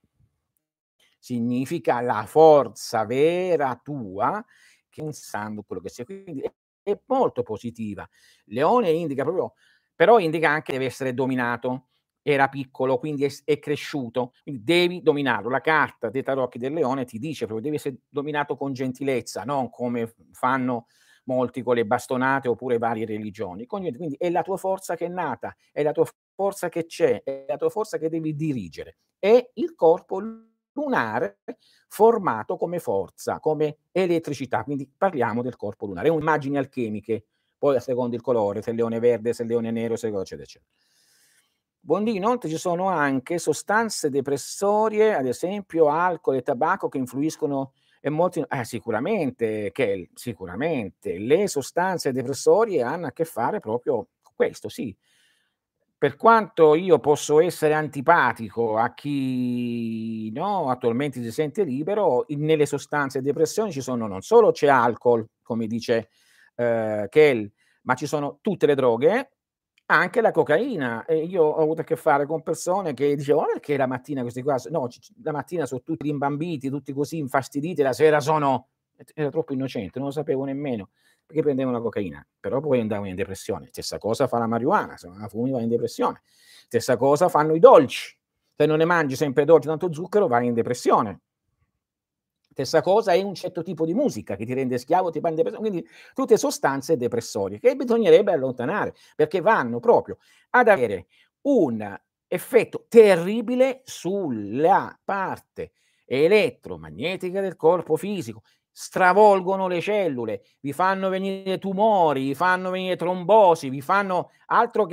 Significa la forza vera tua che pensando quello che sia, quindi è molto positiva. Leone indica proprio, però indica anche deve essere dominato. Era piccolo, quindi è cresciuto, quindi devi dominarlo. La carta dei tarocchi del leone ti dice proprio devi essere dominato con gentilezza, non come fanno molti con le bastonate oppure varie religioni. Quindi è la tua forza che è nata, è la tua forza che c'è, è la tua forza che devi dirigere. È il corpo lunare formato come forza, come elettricità, quindi parliamo del corpo lunare. È immagini alchemiche, poi a secondo il colore, se il leone verde, se il leone nero, se eccetera, eccetera. Buondì, inoltre ci sono anche sostanze depressorie, ad esempio alcol e tabacco che influiscono e molti sicuramente sicuramente. Le sostanze depressorie hanno a che fare proprio con questo, sì. Per quanto io posso essere antipatico a chi, no, attualmente si sente libero, nelle sostanze depressioni ci sono non solo c'è alcol, come dice, Kell, ma ci sono tutte le droghe, anche la cocaina. E io ho avuto a che fare con persone che dicevano: "Ma perché la mattina questi qua no, la mattina so' tutti rimbambiti, tutti così infastiditi, la sera sono" era troppo innocente, non lo sapevo nemmeno. Perché prendevano la cocaina, però poi andavano in depressione. Stessa cosa fa la marijuana, se non la fumi vai in depressione. Stessa cosa fanno i dolci. Se non ne mangi sempre dolci, tanto zucchero, vai in depressione. Stessa cosa è un certo tipo di musica che ti rende schiavo, ti va in depressione, quindi tutte sostanze depressorie che bisognerebbe allontanare, perché vanno proprio ad avere un effetto terribile sulla parte elettromagnetica del corpo fisico, stravolgono le cellule, vi fanno venire tumori, vi fanno venire trombosi, vi fanno altro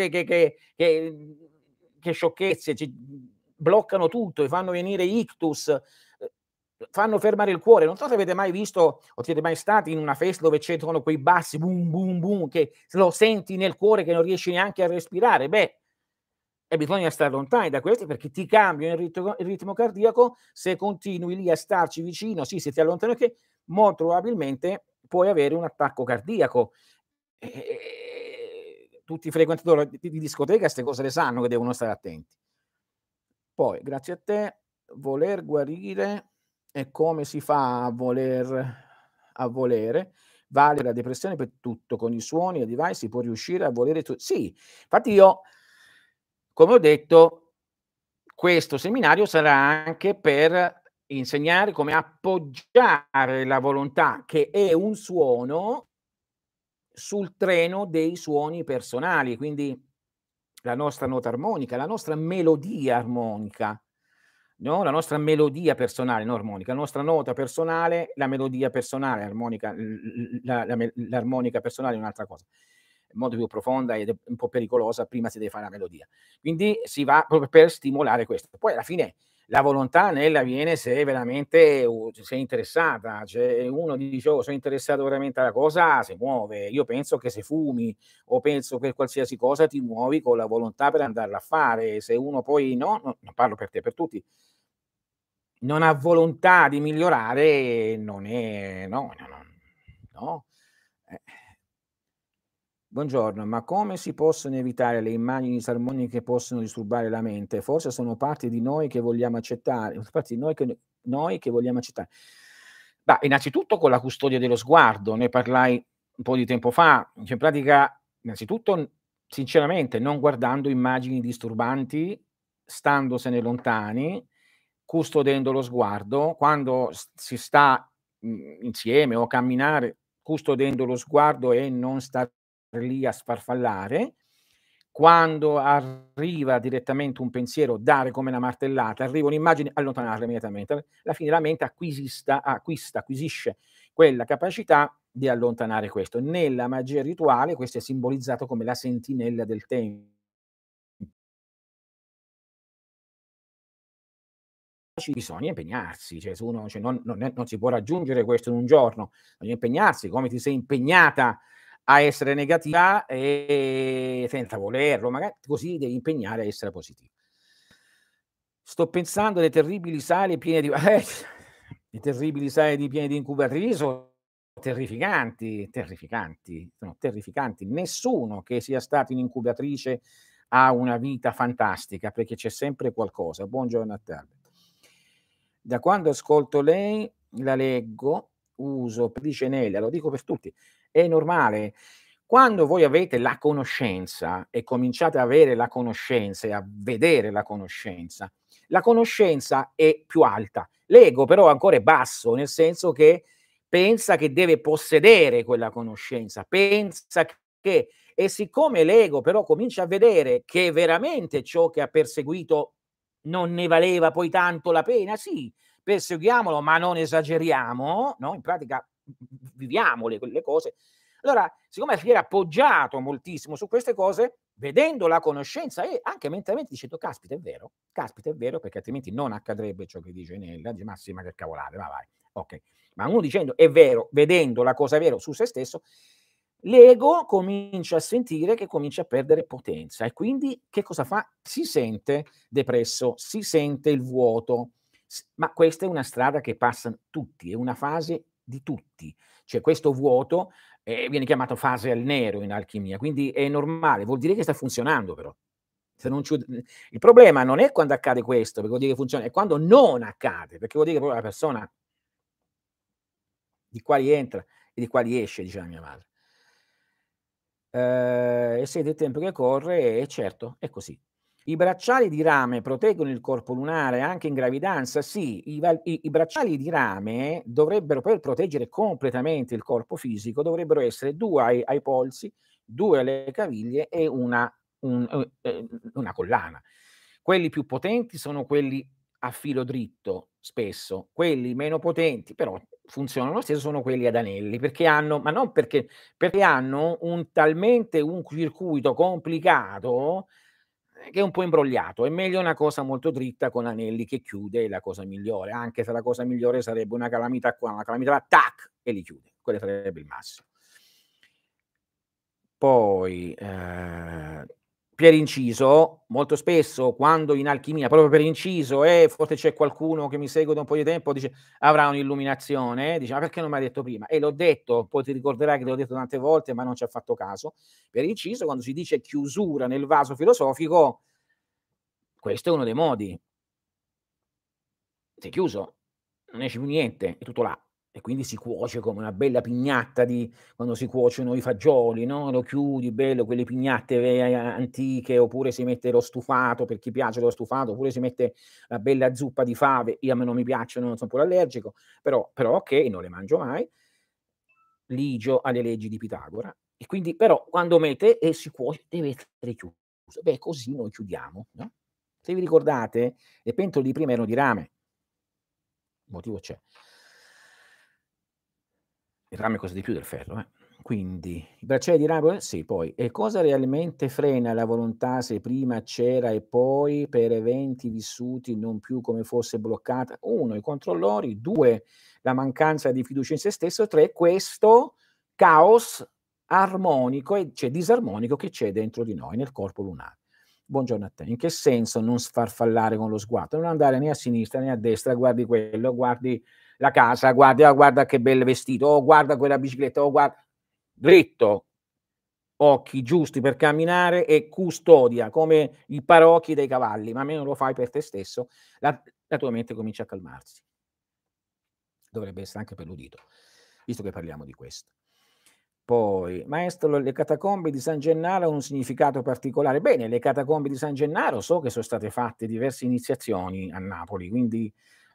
che sciocchezze, bloccano tutto, vi fanno venire ictus, fanno fermare il cuore. Non so se avete mai visto o siete mai stati in una festa dove c'entrano quei bassi boom, boom, boom, che lo senti nel cuore che non riesci neanche a respirare. Beh, e bisogna stare lontani da questi perché ti cambiano il ritmo cardiaco se continui lì a starci vicino. Sì, se ti allontani che molto probabilmente puoi avere un attacco cardiaco. Tutti i frequentatori di discoteca 'ste cose le sanno che devono stare attenti. Poi, grazie a te, voler guarire e come si fa a volere? Vale la depressione per tutto, con i suoni e i device si può riuscire a volere sì, infatti io, come ho detto, questo seminario sarà anche per insegnare come appoggiare la volontà, che è un suono, sul treno dei suoni personali, quindi la nostra nota armonica, la nostra melodia armonica, no, la nostra melodia personale, no armonica, la nostra nota personale, la melodia personale, armonica l'armonica personale è un'altra cosa, è molto più profonda ed è un po' pericolosa, prima si deve fare la melodia. Quindi si va proprio per stimolare questo. Poi alla fine la volontà nella viene se veramente sei interessata, cioè uno dice: "Oh, sono interessato veramente alla cosa", si muove. Io penso che se fumi o penso che qualsiasi cosa ti muovi con la volontà per andarla a fare. Se uno poi no, non parlo per te, per tutti, non ha volontà di migliorare non è no. Eh. Buongiorno, ma come si possono evitare le immagini disarmoniche che possono disturbare la mente? Forse sono parti di noi che vogliamo accettare, parti di noi che vogliamo accettare. Bah, innanzitutto con la custodia dello sguardo, ne parlai un po' di tempo fa, cioè in pratica innanzitutto sinceramente non guardando immagini disturbanti, standosene lontani, custodendo lo sguardo, quando si sta, insieme o a camminare, custodendo lo sguardo e non star lì a sfarfallare. Quando arriva direttamente un pensiero, dare come una martellata, arriva un'immagine, allontanarla immediatamente. Alla fine la mente acquisisce quella capacità di allontanare questo. Nella magia rituale questo è simbolizzato come la sentinella del tempio. Ci bisogna impegnarsi, cioè se uno cioè non si può raggiungere questo in un giorno, bisogna impegnarsi, come ti sei impegnata a essere negativa, senza volerlo, così devi impegnare a essere positiva. Sto pensando alle terribili sale piene di le terribili sale piene di incubatrici sono terrificanti, sono terrificanti. Nessuno che sia stato in incubatrice ha una vita fantastica, perché c'è sempre qualcosa. Buongiorno a te Albert. Da quando ascolto lei, la leggo, uso dice Nelia, lo dico per tutti, è normale. Quando voi avete la conoscenza e cominciate a avere la conoscenza e a vedere la conoscenza è più alta. L'ego però ancora è basso, nel senso che pensa che deve possedere quella conoscenza, pensa che e siccome l'ego però comincia a vedere che veramente ciò che ha perseguito non ne valeva poi tanto la pena, sì, perseguiamolo, ma non esageriamo, no, in pratica viviamo le cose. Allora, siccome si era appoggiato moltissimo su queste cose, vedendo la conoscenza e anche mentalmente dicendo: caspita è vero, perché altrimenti non accadrebbe ciò che dice Nella, dice: "Ma sì, ma che cavolate, ma vai". Okay. Ma uno dicendo: "È vero", vedendo la cosa vero su se stesso, l'ego comincia a sentire che comincia a perdere potenza e quindi che cosa fa? Si sente depresso, si sente il vuoto. Ma questa è una strada che passano tutti, è una fase di tutti. Cioè questo vuoto, viene chiamato fase al nero in alchimia, quindi è normale, vuol dire che sta funzionando però. Se non il problema non è quando accade questo, perché vuol dire che funziona, è quando non accade, perché vuol dire che poi la persona di quali entra e di quali esce, diceva mia madre. E siete il tempo che corre e certo, è così. I bracciali di rame proteggono il corpo lunare anche in gravidanza? Sì, i bracciali di rame dovrebbero per proteggere completamente il corpo fisico, dovrebbero essere 2 ai polsi, 2 alle caviglie e una collana. Quelli più potenti sono quelli a filo dritto spesso, quelli meno potenti però funzionano lo stesso sono quelli ad anelli, perché hanno ma non perché hanno un circuito complicato, che è un po' imbrogliato. È meglio una cosa molto dritta con anelli che chiude, è la cosa migliore, anche se la cosa migliore sarebbe una calamità qua, una calamità là, tac, e li chiude. Quello sarebbe il massimo. Poi, per inciso, molto spesso quando in alchimia, proprio per inciso, forse c'è qualcuno che mi segue da un po' di tempo, dice: "Avrà un'illuminazione", dice: "Ma perché non m'hai detto prima?" E l'ho detto, poi ti ricorderai che l'ho detto tante volte, ma non ci ha fatto caso. Per inciso, quando si dice chiusura nel vaso filosofico, questo è uno dei modi. Sei chiuso, non esce più niente, è tutto là. E quindi si cuoce come una bella pignatta di quando si cuociono i fagioli, no, lo chiudi bello, quelle pignette antiche, oppure si mette lo stufato, per chi piace lo stufato, oppure si mette la bella zuppa di fave. Io a me non mi piacciono, son pure allergico, però okay, non le mangio mai. Ligio alle leggi di Pitagora. E quindi però quando mette e si cuoce deve essere chiuso. Beh, così noi chiudiamo, no, se vi ricordate le pentole di prima erano di rame. Motivo c'è. Il rame costa di più del ferro, eh. Quindi i bracciali di rame sì, poi e cosa realmente frena la volontà se prima c'era e poi per eventi vissuti non più come fosse bloccata? 1 i controllori, 2 la mancanza di fiducia in se stesso, 3 questo caos armonico e cioè disarmonico che c'è dentro di noi, nel corpo lunare. Buongiorno a te. In che senso non sfarfallare con lo sguardo? Non andare né a sinistra né a destra, guardi quello, guardi la casa, guardi: "Ah, guarda che bel vestito, oh guarda quella bicicletta, oh guarda" dritto, occhi giusti per camminare e custodia, come i paraocchi dei cavalli, ma almeno lo fai per te stesso, la tua mente comincia a calmarsi. Dovrebbe essere anche per l'udito, visto che parliamo di questo. Poi: "Maestro, le catacombe di San Gennaro hanno un significato particolare?" Bene, le catacombe di San Gennaro so che sono state fatte diverse iniziazioni a Napoli, quindi,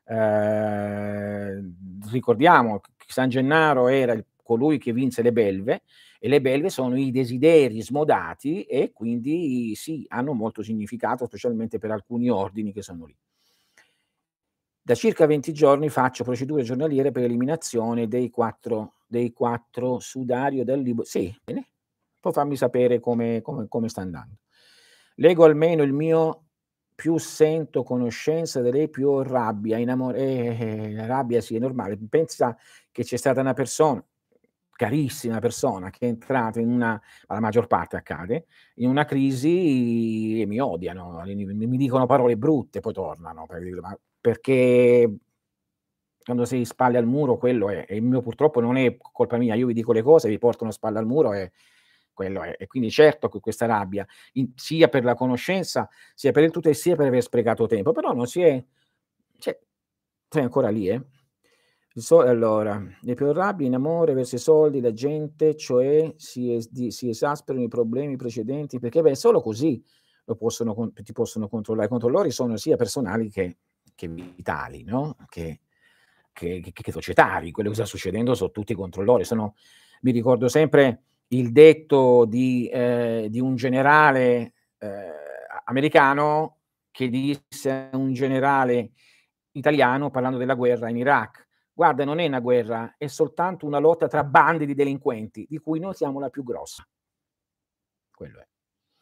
ricordiamo che San Gennaro era il colui che vinse le belve, e le belve sono i desideri smodati e quindi sì, hanno molto significato, specialmente per alcuni ordini che sono lì. Da circa 20 giorni faccio procedure giornaliere per l'eliminazione dei 4 sudario dal libo sì, bene. Poi fammi sapere come sta andando. Leggo almeno il mio più sento conoscenza di lei più ho rabbia, la rabbia sì, è normale. Pensa che c'è stata una persona, carissima persona, che è entrata in una, ma la maggior parte accade, in una crisi e mi odiano, mi dicono parole brutte, poi tornano per dire ma perché quando sei spalle al muro quello è, e il mio purtroppo non è colpa mia, io vi dico le cose, vi portano spalle al muro e quello è. E quindi certo che questa rabbia, sia per la conoscenza, sia per il tutto e sia per aver sprecato tempo, però non si è, cioè sei ancora lì, eh? Allora, le più rabbie in amore verso i soldi, la gente, cioè si esasperano i problemi precedenti, perché beh, solo così ti possono controllare. I controllori sono sia personali che vitali, no, che societari. Quello che sta succedendo so tutti controllori. Mi ricordo sempre il detto di un generale, americano che disse a un generale italiano parlando della guerra in Iraq: "Guarda, non è una guerra, è soltanto una lotta tra bande di delinquenti, di cui noi siamo la più grossa." Quello è.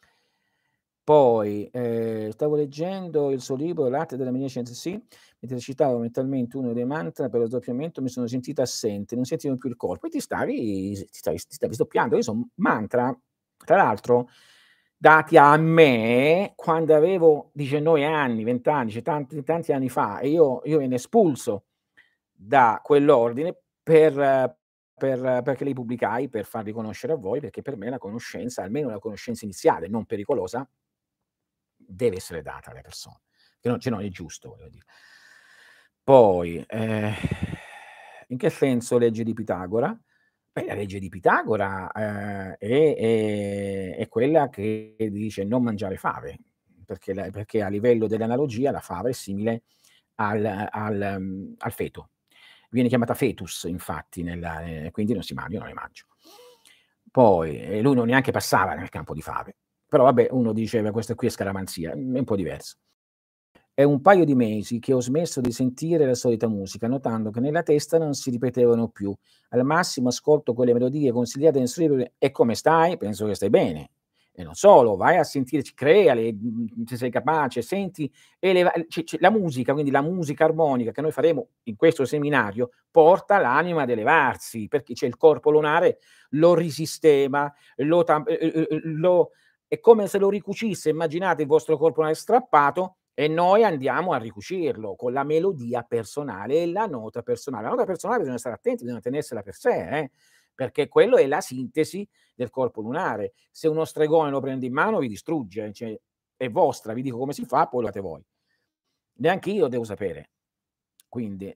Poi, stavo leggendo il suo libro "L'arte della magnificenza", sì, mentre recitavo mentalmente uno dei mantra per lo sdoppiamento mi sono sentita assente, non sentivo più il corpo e ti stavi sdoppiando. Io son mantra, tra l'altro, dati a me quando avevo 19 anni, 20 anni, cioè tanti anni fa, e io venne espulso da quell'ordine perché li pubblicai, per farli conoscere a voi, perché per me la conoscenza, almeno la conoscenza iniziale, non pericolosa, deve essere data alle persone, che non, cioè non è giusto, voglio dire. Poi, in che senso legge di Pitagora? Beh, la legge di Pitagora, è quella che dice: "Non mangiare fave", perché a livello dell'analogia la fava è simile al feto. Viene chiamata fetus infatti quindi io non ne mangio. Poi, lui non neanche passava nel campo di fave. Però vabbè, uno dice: "Ma questo qui è scaramanzia", è un po' diverso. È un paio di mesi che ho smesso di sentire la solita musica, notando che nella testa non si ripetevano più. Al massimo ascolto quelle melodie consigliate nel suo libro: "E come stai? Penso che stai bene". E non solo, vai a sentirci, creale, se sei capace, senti la musica, quindi la musica armonica che noi faremo in questo seminario, porta l'anima ad elevarsi, perché c'è il corpo lunare, lo risistema, lo è come se lo ricucisse. Immaginate il vostro corpo lunare strappato e noi andiamo a ricucirlo con la melodia personale e la nota personale. La nota personale bisogna stare attenti, bisogna tenersela per sé, perché quello è la sintesi del corpo lunare. Se uno stregone lo prende in mano vi distrugge, cioè è vostra, vi dico come si fa, poi lo fate voi. Neanche io devo sapere. Quindi,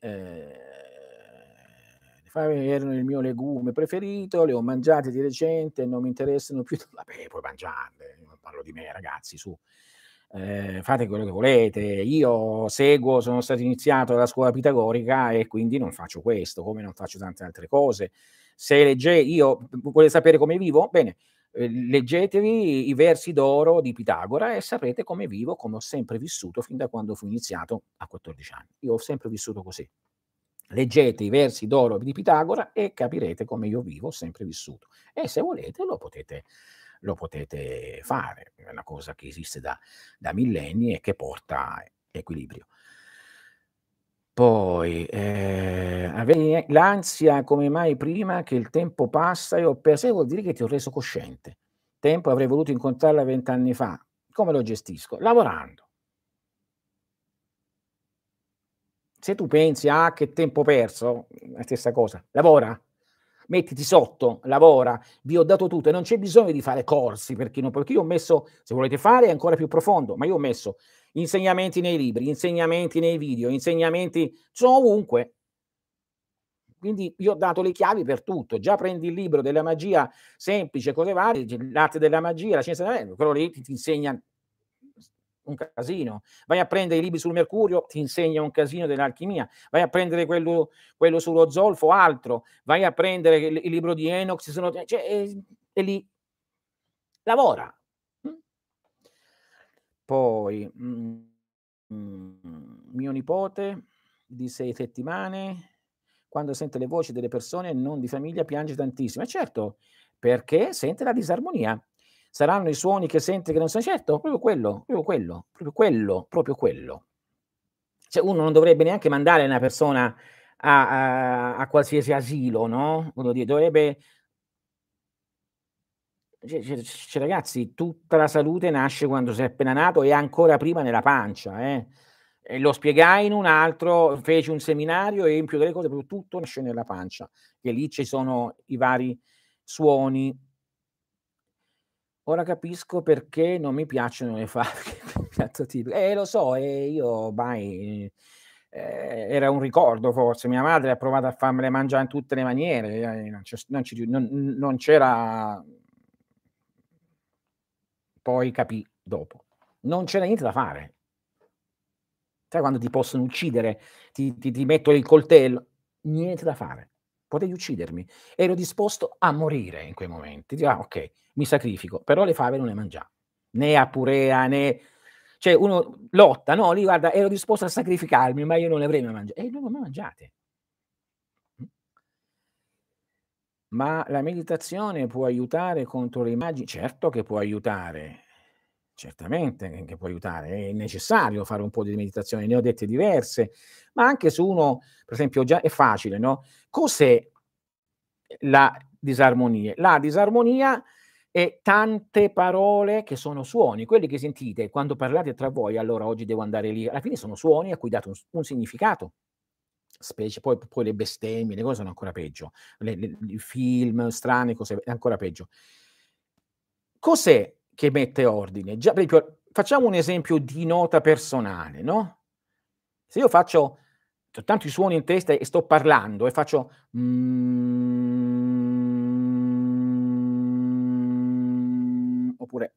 le fave erano il mio legume preferito, le ho mangiate di recente, non mi interessano più. Vabbè, puoi mangiarle, non parlo di me ragazzi, su. Fate quello che volete. Io sono stato iniziato alla scuola pitagorica e quindi non faccio questo, come non faccio tante altre cose. Se volete sapere come vivo? Bene, leggetevi i versi d'oro di Pitagora e saprete come vivo, come ho sempre vissuto fin da quando fu iniziato a 14 anni. Io ho sempre vissuto così. Leggete i versi d'oro di Pitagora e capirete come io vivo, ho sempre vissuto. E se volete lo potete fare. È una cosa che esiste da millenni e che porta equilibrio. Poi, avevi l'ansia come mai prima che il tempo passa e ho perso vuol dire che ti ho reso cosciente. Tempo avrei voluto incontrarla 20 anni fa. Come lo gestisco? Lavorando. Se tu pensi: "Ah, che tempo perso", la stessa cosa, lavora. Mettiti sotto, lavora. Vi ho dato tutto e non c'è bisogno di fare corsi perché io ho messo se volete fare è ancora più profondo, ma io ho messo insegnamenti nei libri, insegnamenti nei video, insegnamenti sono ovunque. Quindi io ho dato le chiavi per tutto. Già prendi il libro della magia semplice, cose varie, l'arte della magia, la scienza quello lì ti insegna un casino. Vai a prendere i libri sul mercurio, ti insegna un casino dell'alchimia. Vai a prendere quello sullo zolfo, altro. Vai a prendere il libro di Enoch, ci sono cioè, è lì. Lavora. Mh. Poi, mio nipote di 6 settimane, quando sente le voci delle persone non di famiglia piange tantissimo. E certo, perché sente la disarmonia. Saranno i suoni che sente che non so certo, proprio quello, proprio quello, proprio quello, proprio quello. Cioè uno non dovrebbe neanche mandare una persona a qualsiasi asilo, no, voglio dire, dovrebbe ragazzi, tutta la salute nasce quando sei appena nato e ancora prima nella pancia, E lo spiegai in un altro feci un seminario e in più delle cose proprio tutto nasce nella pancia, che lì ci sono i vari suoni. Ora capisco perché non mi piacciono le fabbriche piatto tipico. Lo so, io ormai, era un ricordo forse. Mia madre ha provato a farmele mangiare in tutte le maniere, non ci riu non c'era poi capì dopo. Non c'era niente da fare. Sai quando ti possono uccidere, ti mettono il coltello? Niente da fare. Potevi uccidermi. Ero disposto a morire in quei momenti. Dico: "Ah okay, mi sacrifico", però le fave non le mangiavo. Né a purea, né cioè uno lotta, no, lì guarda ero disposto a sacrificarmi, ma io non le avrei mai non le ho mai mangiate. Mh. Ma la meditazione può aiutare contro le immagini? Certo che può aiutare, certamente che può aiutare, è necessario fare un po' di meditazione, ne ho dette diverse, ma anche se uno per esempio già è facile, no, cos'è la disarmonia? La disarmonia è tante parole che sono suoni, quelli che sentite quando parlate tra voi, allora oggi devo andare lì, alla fine sono suoni a cui date un significato. Specie poi le bestemmie, le cose sono ancora peggio. Le i film strani, cose è ancora peggio. Cos'è che mette ordine? Già per esempio, facciamo un esempio di nota personale, no, se io faccio c'ho tanti suoni in testa e sto parlando e faccio oppure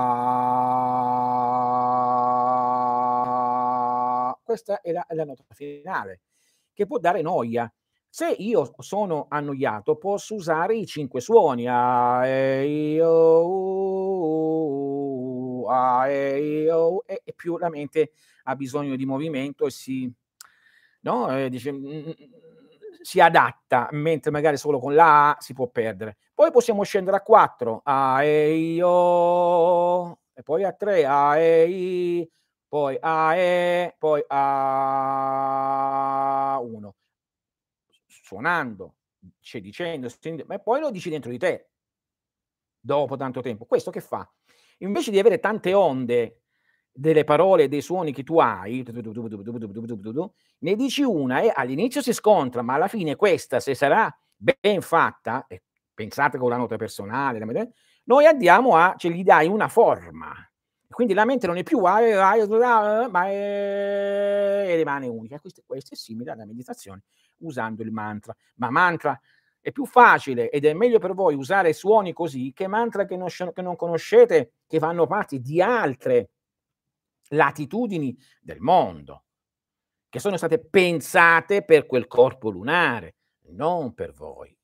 questa è la nota finale, che può dare noia. Se io sono annoiato posso usare i 5 suoni a, e, i, o, u, a, e, i, o, u e più la mente ha bisogno di movimento e no, dice, si adatta, mentre magari solo con la A si può perdere. Poi possiamo scendere a 4, a, e, i, o, e poi a 3, a, e, i, poi a, e, poi a 1. Suonando, cioè dicendo, ma poi lo dici dentro di te, dopo tanto tempo. Questo che fa? Invece di avere tante onde delle parole e dei suoni che tu hai, ne dici una e all'inizio si scontra, ma alla fine questa se sarà ben fatta, e pensate con la nota personale, noi andiamo a cioè gli dai una forma. Quindi la mente non è più ma e rimane unica. Questo è simile alla meditazione usando il mantra. Ma mantra è più facile ed è meglio per voi usare suoni così che mantra che non conoscete, che fanno parte di altre latitudini del mondo, che sono state pensate per quel corpo lunare, non per voi.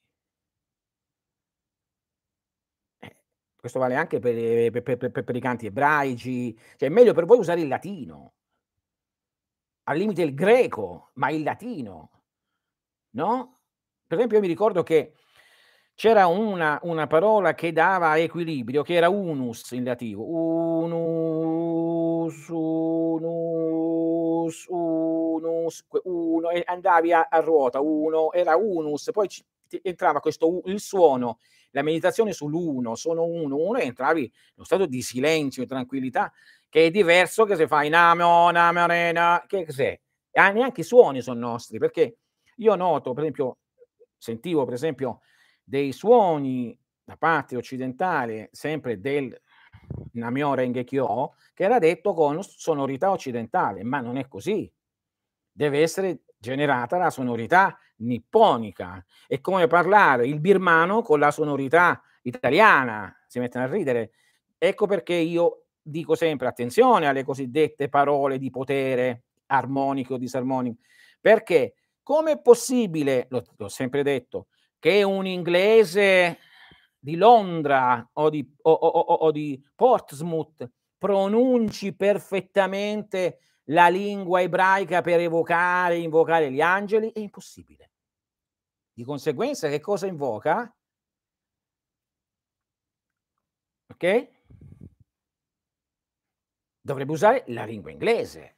Eh, questo vale anche per i canti ebraici, cioè è meglio per voi usare il latino, al limite il greco, ma il latino. No, per esempio io mi ricordo che c'era una parola che dava equilibrio, che era unus in latino, unus, unus, unus, uno e andavi a ruota, uno era unus, poi ci ti entrava questo u il suono la meditazione sull'uno, sono uno e entravi in uno stato di silenzio e tranquillità che è diverso che se fai namo, namo, na, che cos'è? Neanche i suoni son nostri, perché io noto, per esempio sentivo per esempio dei suoni da parte occidentale, sempre del Namyo Renge Kyo, che era detto con sonorità occidentale, ma non è così. Deve essere generata la sonorità nipponica. È come parlare il birmano con la sonorità italiana, si mettono a ridere. Ecco perché io dico sempre: attenzione alle cosiddette parole di potere, armoniche o disarmoniche, perché com'è possibile, l'ho sempre detto, che un inglese di Londra o di Portsmouth pronunci perfettamente la lingua ebraica per evocare, invocare gli angeli? È impossibile. Di conseguenza che cosa invoca? Okay? Dovrebbe usare la lingua inglese.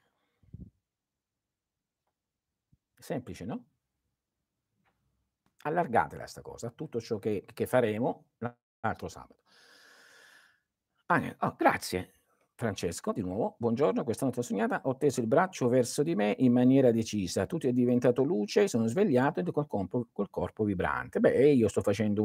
Semplice, no? Allargatela 'sta cosa a tutto ciò che faremo l'altro sabato. Oh, grazie Francesco, di nuovo. Buongiorno, questa notte sognata ho teso il braccio verso di me in maniera decisa, tutto è diventato luce, sono svegliato ed col corpo vibrante. Beh, io sto facendo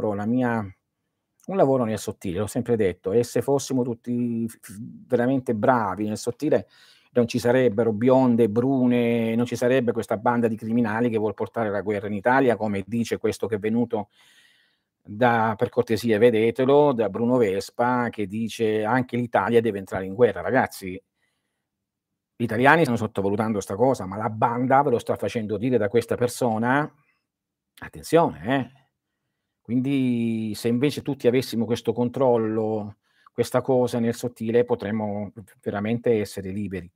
un lavoro nel sottile, l'ho sempre detto, e se fossimo tutti veramente bravi nel sottile non ci sarebbero bionde, brune, non ci sarebbe questa banda di criminali che vuol portare la guerra in Italia, come dice questo che è venuto per cortesia vedetelo, da Bruno Vespa, che dice: "Anche l'Italia deve entrare in guerra". Ragazzi, gli italiani stanno sottovalutando 'sta cosa, ma la banda ve lo sta facendo dire da questa persona, attenzione, Quindi se invece tutti avessimo questo controllo, questa cosa nel sottile, potremmo veramente essere liberi.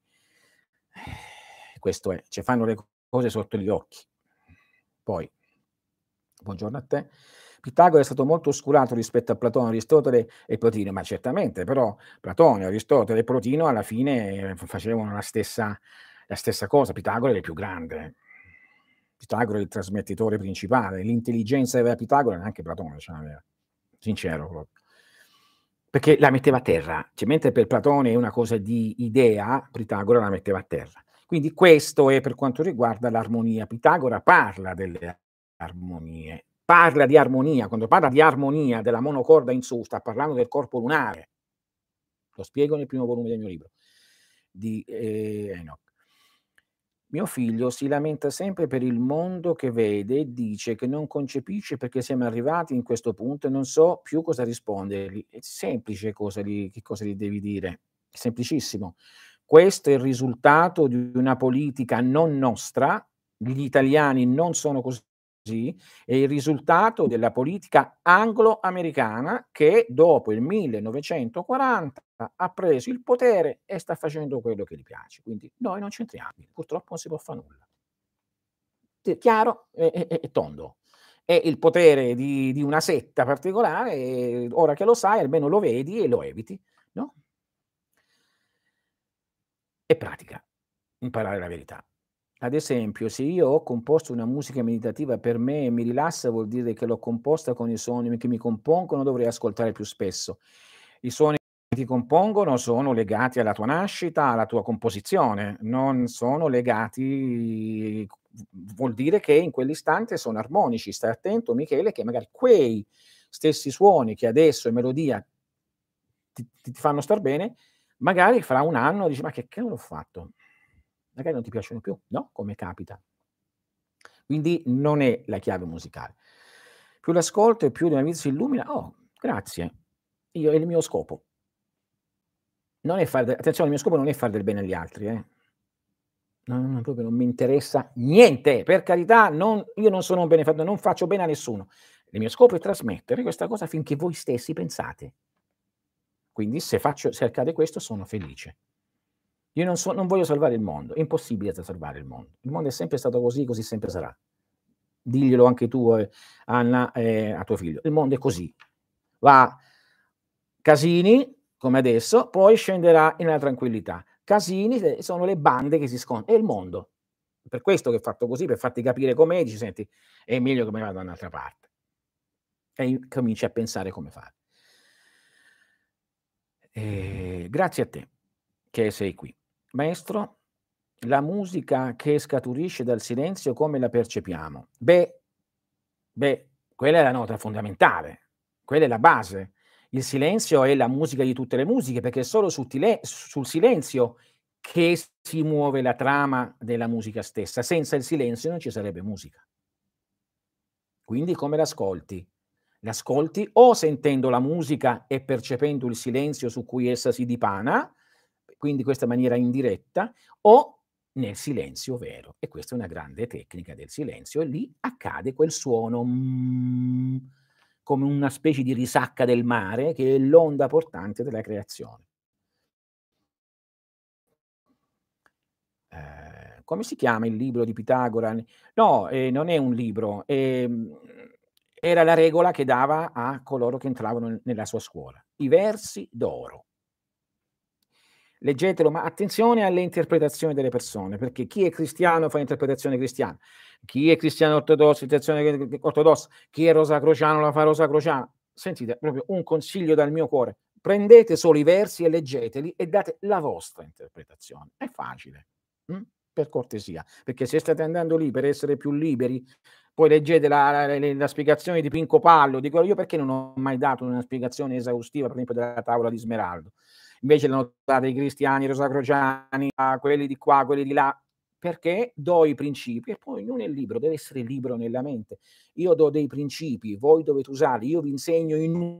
Questo è, ci fanno le cose sotto gli occhi. Poi buongiorno a te. Pitagora è stato molto oscurato rispetto a Platone, Aristotele e Plotino, ma certamente, però Platone, Aristotele e Plotino alla fine facevano la stessa cosa. Pitagora era il più grande. Pitagora è il trasmettitore principale. L'intelligenza aveva Pitagora, neanche Platone ce l'aveva. Sincero proprio. Perché la metteva a terra. Cioè, mentre per Platone è una cosa di idea, Pitagora la metteva a terra. Quindi questo è per quanto riguarda l'armonia. Pitagora parla delle armonie, parla di armonia. Quando parla di armonia della monocorda in su, sta parlando del corpo lunare. Lo spiego nel primo volume del mio libro di Enoch. Mio figlio si lamenta sempre per il mondo che vede e dice che non concepisce perché siamo arrivati in questo punto e non so più cosa rispondergli. È semplice che cosa gli devi dire, semplicissimo. Questo è il risultato di una politica non nostra, gli italiani non sono così, è il risultato della politica anglo-americana che dopo il 1940 ha preso il potere e sta facendo quello che gli piace. Quindi noi non c'entriamo, purtroppo non si può fa' nulla. Chiaro e tondo. È il potere di una setta particolare e ora che lo sai almeno lo vedi e lo eviti, no? E pratica, imparare la verità. Ad esempio, se io ho composto una musica meditativa per me e mi rilassa, vuol dire che l'ho composta con i suoni che mi compongono, dovrei ascoltare più spesso. I suoni che ti compongono sono legati alla tua nascita, alla tua composizione, non sono legati, vuol dire che in quell'istante sono armonici. Stai attento, Michele, che magari quei stessi suoni che adesso in melodia ti fanno star bene, magari fra un anno dici: "Ma che cavolo ho fatto?" Magari non ti piacciono più, no, come capita. Quindi non è la chiave musicale. Più l'ascolto e più la mia vita si illumina. Oh, grazie. Io è il mio scopo. Non è fare de attenzione, il mio scopo non è fare del bene agli altri, No, no, no, proprio non mi interessa niente, per carità, io non sono un benefattore, non faccio bene a nessuno. Il mio scopo è trasmettere questa cosa finché voi stessi pensate. Quindi se accade questo sono felice. Io non voglio salvare il mondo, è impossibile salvare il mondo. Il mondo è sempre stato così, così sempre sarà. Diglielo anche tu, Anna, a tuo figlio. Il mondo è così. Va casini, come adesso, poi scenderà in una tranquillità. Casini sono le bande che si è il mondo. Per questo che è fatto così, per farti capire com'è, dici: "Senti, è meglio che me ne vado da un'altra parte". e cominci a pensare come fare. Grazie a te che sei qui. Maestro, la musica che scaturisce dal silenzio come la percepiamo? Beh, quella è la nota fondamentale, quella è la base. Il silenzio è la musica di tutte le musiche, perché è solo sul silenzio che si muove la trama della musica stessa. Senza il silenzio non ci sarebbe musica. Quindi come l'ascolti? L'ascolti o sentendo la musica e percependo il silenzio su cui essa si dipana, quindi questa maniera indiretta, o nel silenzio vero. E questa è una grande tecnica del silenzio e lì accade quel suono, come una specie di risacca del mare che è l'onda portante della creazione. Come si chiama il libro di Pitagora? No, non è un libro, era la regola che dava a coloro che entravano nella sua scuola. I versi d'oro. Leggetelo, ma attenzione alle interpretazioni delle persone, perché chi è cristiano fa interpretazione cristiana, chi è cristiano ortodosso, interpretazione ortodossa, chi è rosacrociano la fa rosacrociana. Sentite, proprio un consiglio dal mio cuore: prendete solo i versi e leggeteli e date la vostra interpretazione. È facile, per cortesia, perché se state andando lì per essere più liberi, poi leggete la spiegazione di Pinco Pallo, dico io perché non ho mai dato una spiegazione esaustiva, per esempio, della tavola di Smeraldo. Invece l'hanno data i cristiani, i rosacrociani, a quelli di qua, quelli di là, perché do i principi e poi ognuno è libero, deve essere libero nella mente. Io do dei principi, voi dovete usarli, io vi insegno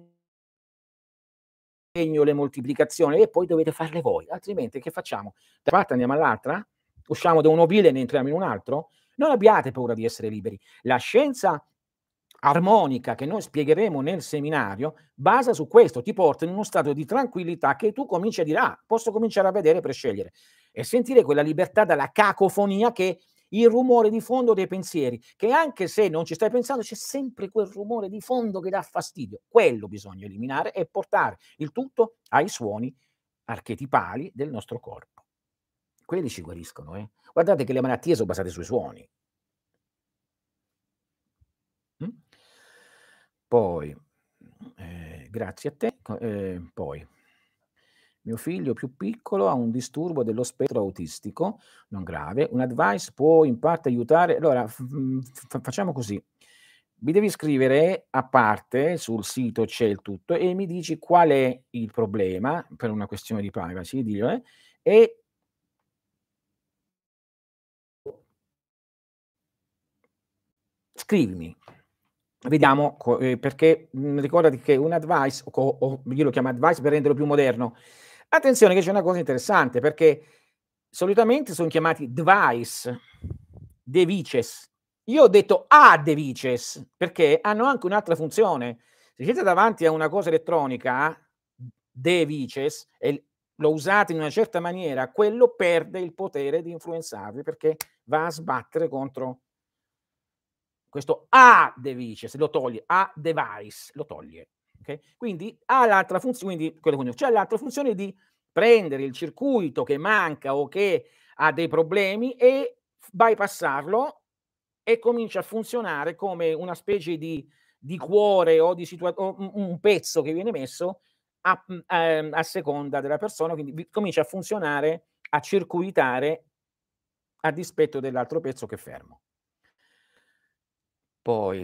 le moltiplicazioni e poi dovete farle voi, altrimenti che facciamo? Da una parte andiamo all'altra? Usciamo da un ovile e ne entriamo in un altro? Non abbiate paura di essere liberi. La scienza armonica che noi spiegheremo nel seminario basa su questo, ti porta in uno stato di tranquillità che tu cominci a dire: "Ah, posso cominciare a vedere per scegliere", e sentire quella libertà dalla cacofonia che è il rumore di fondo dei pensieri, che anche se non ci stai pensando c'è sempre quel rumore di fondo che dà fastidio. Quello bisogna eliminare e portare il tutto ai suoni archetipali del nostro corpo. Quelli ci guariscono, eh. Guardate che le malattie so basate sui suoni. Mh. Poi, grazie a te, poi: "Mio figlio più piccolo ha un disturbo dello spettro autistico, non grave, un advice può in parte aiutare". Allora facciamo così: mi devi scrivere a parte, sul sito c'è il tutto, e mi dici qual è il problema, per una questione di privacy, diglielo, e scrivimi. Vediamo perché, ricordati che un advice o io lo chiamo advice per renderlo più moderno. Attenzione che c'è una cosa interessante, perché solitamente son chiamati device, devices. Io ho detto devices, perché hanno anche un'altra funzione. Se siete davanti a una cosa elettronica, devices, e lo usate in una certa maniera, quello perde il potere di influenzarvi, perché va a sbattere contro questo "a device", se lo toglie, "a device", lo toglie, okay, quindi ha l'altra quindi quello c'ha l'altra funzione di prendere il circuito che manca o che ha dei problemi e bypassarlo e comincia a funzionare come una specie di cuore o di o un pezzo che viene messo a seconda della persona, quindi comincia a funzionare, a circuitare a dispetto dell'altro pezzo che è fermo. Poi: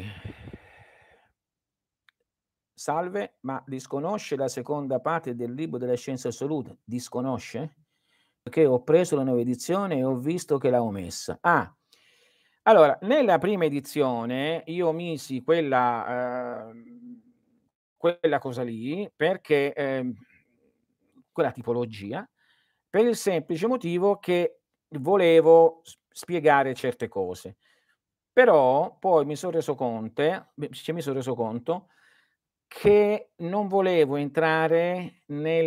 "Salve, ma disconosce la seconda parte del libro delle scienze assolute?" Disconosce? Perché ho preso la nuova edizione e ho visto che l'ha omessa. Allora nella prima edizione io misi quella cosa lì perché quella tipologia, per il semplice motivo che volevo spiegare certe cose. Però poi mi son reso mi son reso conto che non volevo entrare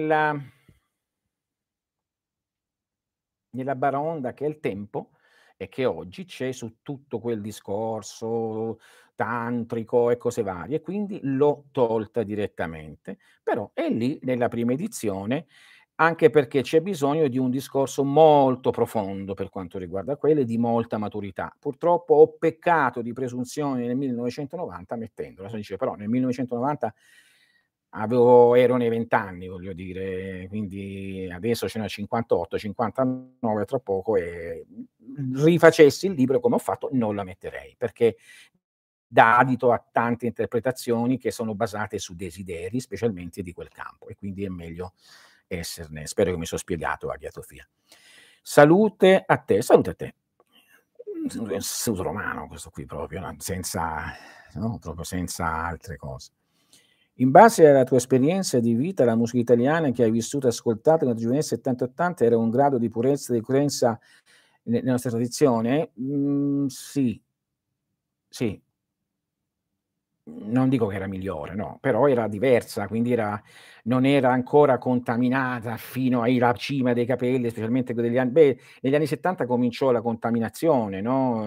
nella baraonda che è il tempo e che oggi c'è su tutto quel discorso tantrico e cose varie, e quindi l'ho tolta direttamente, però è lì nella prima edizione anche perché c'è bisogno di un discorso molto profondo per quanto riguarda quello e di molta maturità. Purtroppo ho peccato di presunzione nel 1990 mettendola, si dice però nel 1990 ero nei 20 anni, voglio dire, quindi adesso ce ne ho 58, 59 tra poco e, rifacessi il libro come ho fatto non la metterei, perché dà adito a tante interpretazioni che sono basate su desideri, specialmente di quel campo, e quindi è meglio esserne, spero che mi son spiegato, Hagia Sophia. Salute a te, salute a te. Pseudo-romano questo qui proprio, no, senza no, proprio senza altre cose. In base alla tua esperienza di vita, la musica italiana che hai vissuto e ascoltato nella giovinezza 70 e 80 era un grado di purezza e di coerenza nella nostra tradizione? Sì, sì. Non dico che era migliore, no, però era diversa, quindi non era ancora contaminata fino ai la cima dei capelli, specialmente que degli an negli anni '70 cominciò la contaminazione, no,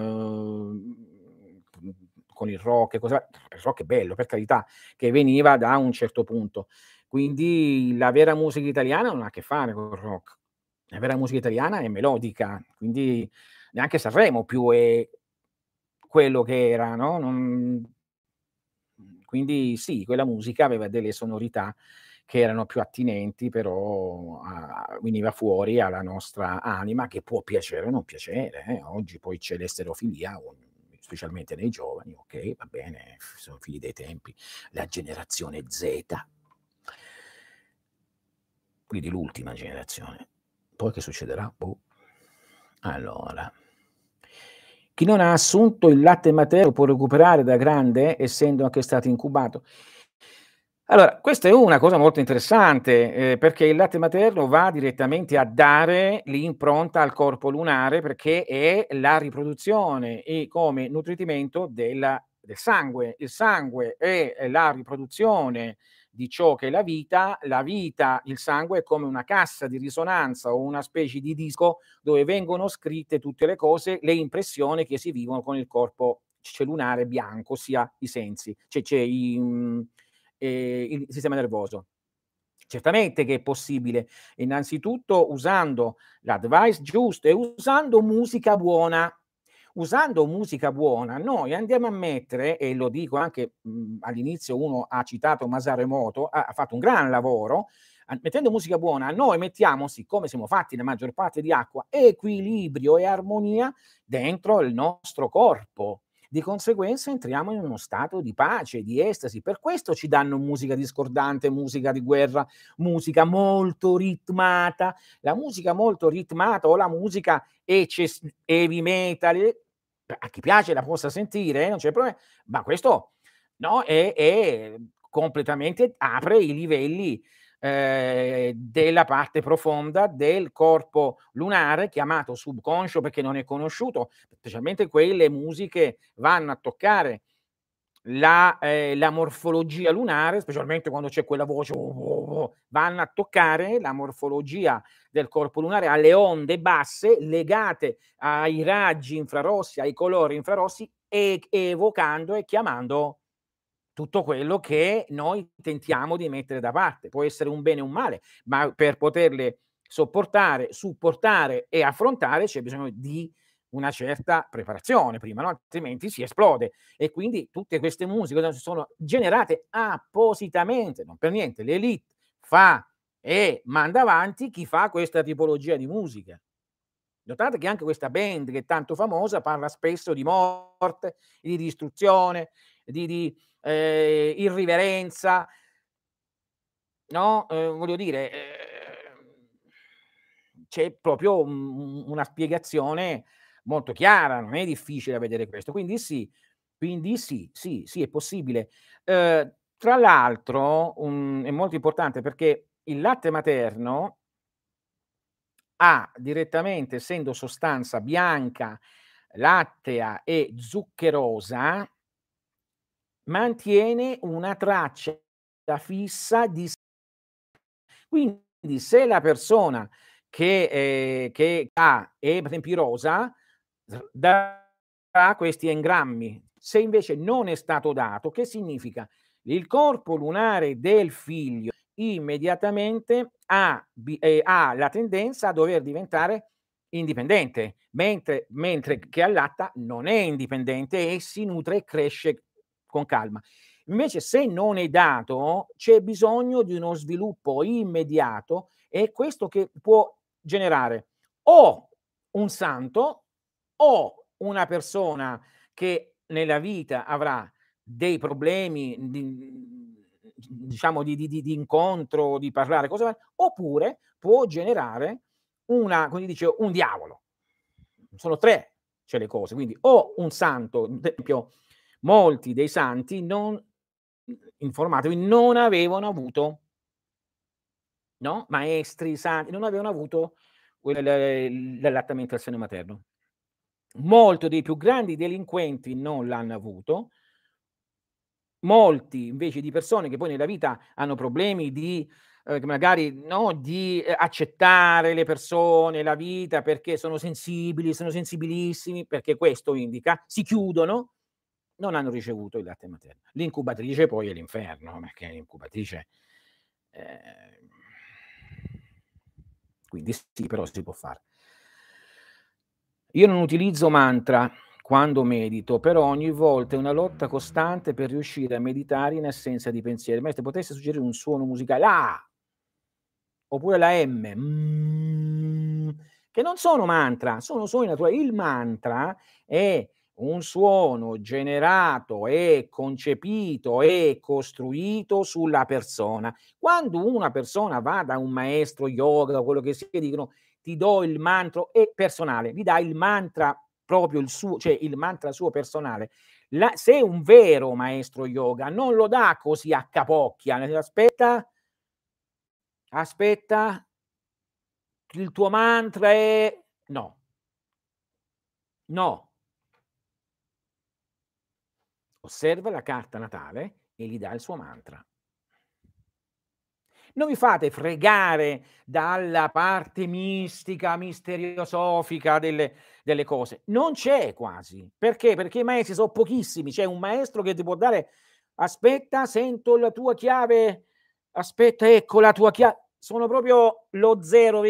con il rock e cosa il rock è bello, per carità, che veniva da un certo punto. Quindi la vera musica italiana non ha a che fare col rock. La vera musica italiana è melodica, quindi neanche Sanremo più è quello che era, no, non quindi sì, quella musica aveva delle sonorità che erano più attinenti, però veniva fuori alla nostra anima, che può piacere o non piacere, Oggi poi c'è l'estereofilia, specialmente nei giovani, okay, va bene, sono figli dei tempi, la generazione Z, quindi l'ultima generazione. Poi che succederà? Boh. Allora, chi non ha assunto il latte materno può recuperare da grande, essendo anche stato incubato? Allora, questa è una cosa molto interessante, perché il latte materno va direttamente a dare l'impronta al corpo lunare, perché è la riproduzione e come nutrimento del sangue. Il sangue è la riproduzione di ciò che è la vita, il sangue è come una cassa di risonanza o una specie di disco dove vengono scritte tutte le cose, le impressioni che si vivono con il corpo cellulare bianco, ossia i sensi, cioè il sistema nervoso. Certamente che è possibile, innanzitutto usando l'advice giusto e usando musica buona. Usando musica buona noi andiamo a mettere, e lo dico anche, all'inizio uno ha citato Masaru Emoto, ha fatto un gran lavoro, mettendo musica buona noi mettiamo, siccome siamo fatti la maggior parte di acqua, equilibrio e armonia dentro il nostro corpo. Di conseguenza entriamo in uno stato di pace, di estasi. Per questo ci danno musica discordante, musica di guerra, musica molto ritmata. La musica molto ritmata o la musica heavy metal, a chi piace la possa sentire, non c'è problema, ma questo no, è completamente apre i livelli, della parte profonda del corpo lunare, chiamato subconscio perché non è conosciuto, specialmente quelle musiche vanno a toccare la morfologia lunare, specialmente quando c'è quella voce vanno a toccare la morfologia del corpo lunare, alle onde basse legate ai raggi infrarossi, ai colori infrarossi, evocando e chiamando tutto quello che noi tentiamo di mettere da parte. Può essere un bene o un male, ma per poterle sopportare, supportare e affrontare c'è bisogno di una certa preparazione prima, no, altrimenti si esplode. E quindi tutte queste musiche sono generate appositamente, non per niente, l'élite fa e manda avanti chi fa questa tipologia di musica. Notate che anche questa band che è tanto famosa parla spesso di morte, di distruzione, irriverenza, no, voglio dire, c'è proprio una spiegazione molto chiara, non è difficile da vedere questo. Quindi sì, sì, sì, è possibile. Tra l'altro, è molto importante perché il latte materno ha direttamente, essendo sostanza bianca, lattea e zuccherosa, mantiene una traccia fissa di quindi se la persona che ha è per esempio irosa, darà questi engrammi. Se invece non è stato dato, che significa? Il corpo lunare del figlio immediatamente ha la tendenza a dover diventare indipendente, mentre che allatta non è indipendente e si nutre e cresce con calma. Invece se non è dato, c'è bisogno di uno sviluppo immediato e questo che può generare o un santo o una persona che nella vita avrà dei problemi diciamo di incontro, di parlare, cose varie, oppure può generare come si dice, un diavolo. Sono 3 cioè le cose, quindi o un santo, ad esempio molti dei santi non informatevi, non avevano avuto, no, maestri, santi, non avevano avuto l'allattamento al seno materno. Molto dei più grandi delinquenti non l'hanno avuto. Molti invece di persone che poi nella vita hanno problemi di che magari, no, di, accettare le persone, la vita, perché sono sensibili, sono sensibilissimi, perché questo indica, si chiudono, non hanno ricevuto il latte materno. L'incubatrice poi è l'inferno, perché l'incubatrice ehm, quindi sì, però si può fare. Io non utilizzo mantra quando medito, però ogni volta è una lotta costante per riuscire a meditare in assenza di pensieri. Maestro, potesse suggerire un suono musicale? Ah! Oppure la M, che non sono mantra, sono suoni naturali. Il mantra è un suono generato e concepito e costruito sulla persona. Quando una persona va da un maestro yoga, quello che sia, dicono: "Ti do il mantra", è personale, gli dai il mantra proprio il suo, cioè il mantra suo personale. Se un vero maestro yoga non lo dà così a capocchia, nel senso: "Aspetta, il tuo mantra è", no, no. Osserva la carta natale e gli dà il suo mantra. Non vi fate fregare dalla parte mistica, misteriosofica delle cose. Non c'è quasi. Perché? Perché i maestri so' pochissimi. C'è un maestro che ti può dare: "Aspetta, sento la tua chiave, aspetta, ecco la tua sono proprio lo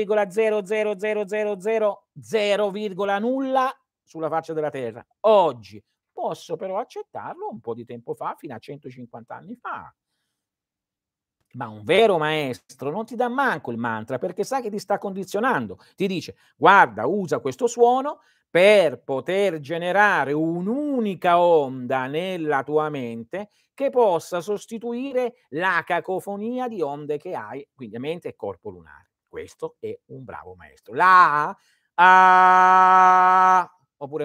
0,0000000 nulla sulla faccia della terra. Oggi. Posso però accettarlo un po' di tempo fa, fino a 150 anni fa. Ma un vero maestro non ti dà manco il mantra, perché sa che ti sta condizionando. Ti dice: "Guarda, usa questo suono per poter generare un'unica onda nella tua mente che possa sostituire la cacofonia di onde che hai", quindi mente e corpo lunare. Questo è un bravo maestro. La A, oppure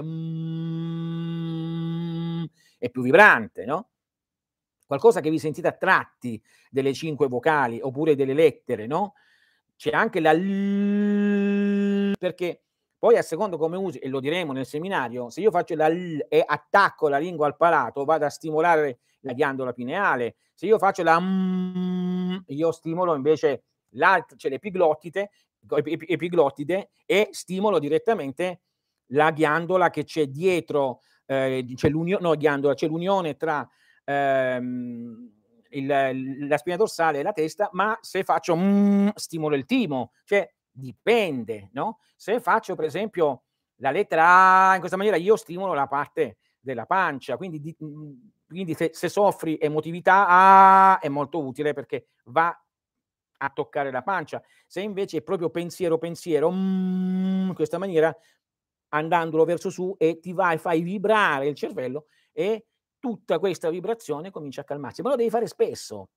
è più vibrante, no? Qualcosa che vi sentite attratti delle 5 vocali oppure delle lettere, no, c'è anche la l, perché poi a secondo come usi, e lo diremo nel seminario, se io faccio la l e attacco la lingua al palato, vado a stimolare la ghiandola pineale. Se io faccio la io stimolo invece cioè l'epiglottide, epiglottide, e stimolo direttamente la ghiandola che c'è dietro, c'è c'è l'unione tra la spina dorsale e la testa, ma se faccio stimolo il timo, cioè dipende, no, se faccio per esempio la lettera A in questa maniera, io stimolo la parte della pancia, quindi se soffri emotività, è molto utile perché va a toccare la pancia. Se invece è proprio pensiero, pensiero, in questa maniera, andandolo verso su e fai vibrare il cervello e tutta questa vibrazione comincia a calmarsi, ma lo devi fare spesso.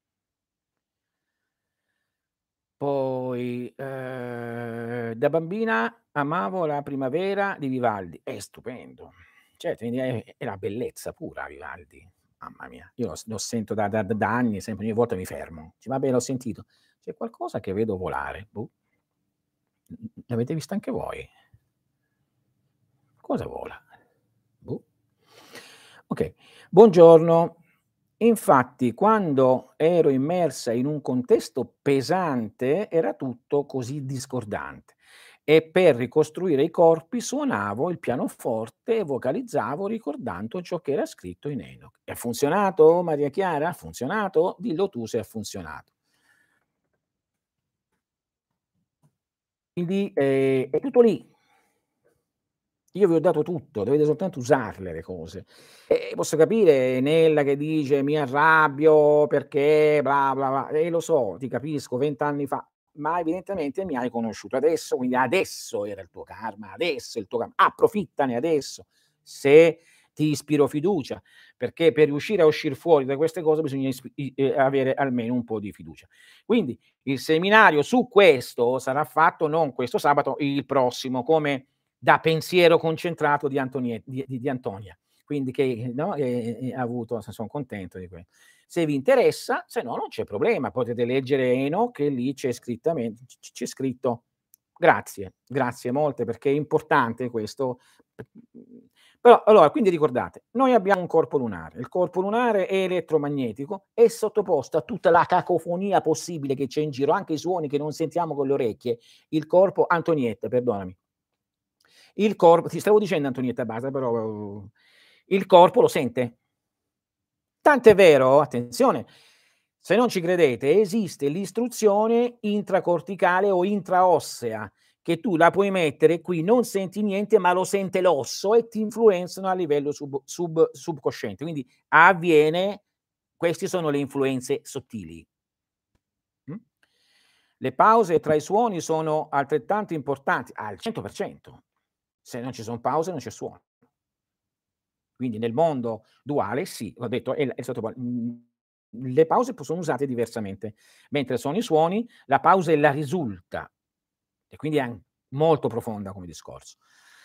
Poi, da bambina amavo la primavera di Vivaldi. È stupendo. Certo, quindi è la bellezza pura Vivaldi. Mamma mia, io lo sento da anni, sempre ogni volta mi fermo. Dici: "Vabbè, l'ho sentito". C'è qualcosa che vedo volare, boh. L'avete vista anche voi? Cosa vola? Boh. Okay. Buongiorno. Infatti quando ero immersa in un contesto pesante era tutto così discordante e per ricostruire i corpi suonavo il pianoforte e vocalizzavo ricordando ciò che era scritto in Enoch. E ha funzionato, Maria Chiara? Ha funzionato? Dillo tu se ha funzionato. Quindi, è tutto lì. Io vi ho dato tutto, dovete soltanto usarle le cose. Posso capire Nella che dice: "Mi arrabbio perché bla bla bla", lo so, ti capisco, 20 anni fa, ma evidentemente mi hai conosciuto adesso, quindi adesso era il tuo karma, adesso è il tuo karma, approfittane adesso, se ti ispiro fiducia, perché per riuscire a uscir fuori da queste cose bisogna avere almeno un po' di fiducia. Quindi il seminario su questo sarà fatto non questo sabato, il prossimo, come da pensiero concentrato di Antonia. Quindi che no, ha avuto son contento di que se vi interessa, se no non c'è problema, potete leggere Enoch e lì c'è scritto grazie, grazie molte perché è importante questo. Però allora quindi ricordate, noi abbiamo un corpo lunare, il corpo lunare è elettromagnetico, è sottoposto a tutta la cacofonia possibile che c'è in giro, anche i suoni che non sentiamo con le orecchie, il corpo Antonietta, perdonami. Il corpo ti stavo dicendo Antonietta basta, però il corpo lo sente. Tant'è vero, attenzione, se non ci credete, esiste l'istruzione intracorticale o intraossea, che tu la puoi mettere qui, non senti niente, ma lo sente l'osso e ti influenzano a livello subconsciente. Quindi avviene questi sono le influenze sottili. Mh? Le pause tra i suoni sono altrettanto importanti, al 100%. Se non ci son pause non c'è suono. Quindi nel mondo duale sì, ho detto è sotto le pause sono usate diversamente, mentre sono i suoni, la pausa è la risulta e quindi è molto profonda come discorso.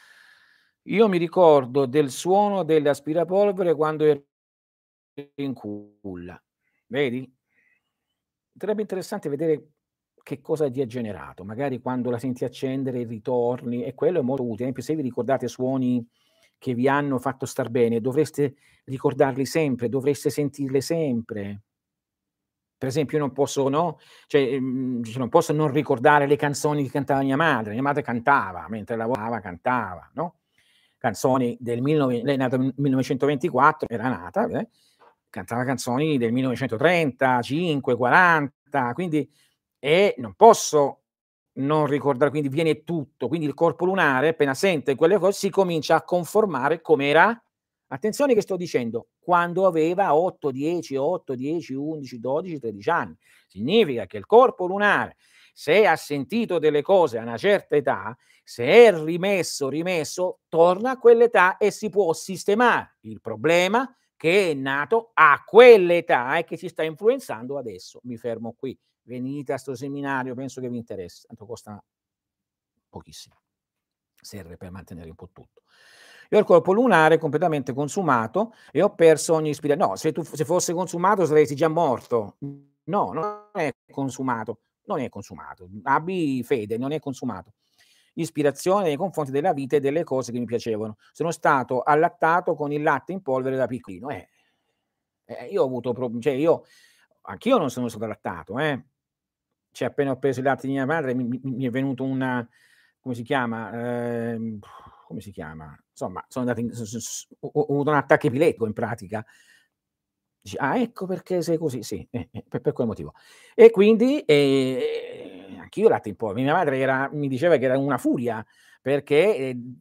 Io mi ricordo del suono dell'aspirapolvere quando ero in culla, vedi? Sarebbe interessante vedere che cosa ti ha generato, magari quando la senti accendere ritorni e quello è molto utile. Ad esempio se vi ricordate suoni che vi hanno fatto star bene, dovreste ricordarli sempre, dovreste sentirle sempre. Per esempio io non posso no, cioè, dice non posso non ricordare le canzoni che cantava mia madre cantava, mentre lavorava cantava, no, canzoni del lei è nata nel 1924, era nata, cantava canzoni del 1935, 40, quindi non posso non ricordare, quindi viene tutto, quindi il corpo lunare appena sente quelle cose si comincia a conformare com'era attenzione che sto dicendo, quando aveva 8, 10, 11, 12, 13 anni. Significa che il corpo lunare, se ha sentito delle cose a una certa età, se è rimesso, torna a quell'età e si può sistemare il problema che è nato a quell'età e che ci sta influenzando adesso. Mi fermo qui. Venite a 'sto seminario, penso che vi interessi, tanto costa pochissimo. Serve per mantenere un po' tutto. Io ho il corpo lunare completamente consumato e ho perso ogni no, se fosse consumato saresti già morto. No, non è consumato, non è consumato. Abbi fede, non è consumato. Ispirazione nei confronti della vita e delle cose che mi piacevano. Sono stato allattato con il latte in polvere da piccolino, io ho avuto cioè io anch'io non sono stato allattato, Cioè appena ho preso il latte di mia madre mi è venuto una come si chiama, come si chiama? Insomma sono andato in ho avuto un attacco epilettico in pratica. Dici: "Ah, ecco perché sei così." Sì, per quel motivo. E quindi, anch'io latte in polvere. Mia madre mi diceva che era una furia perché,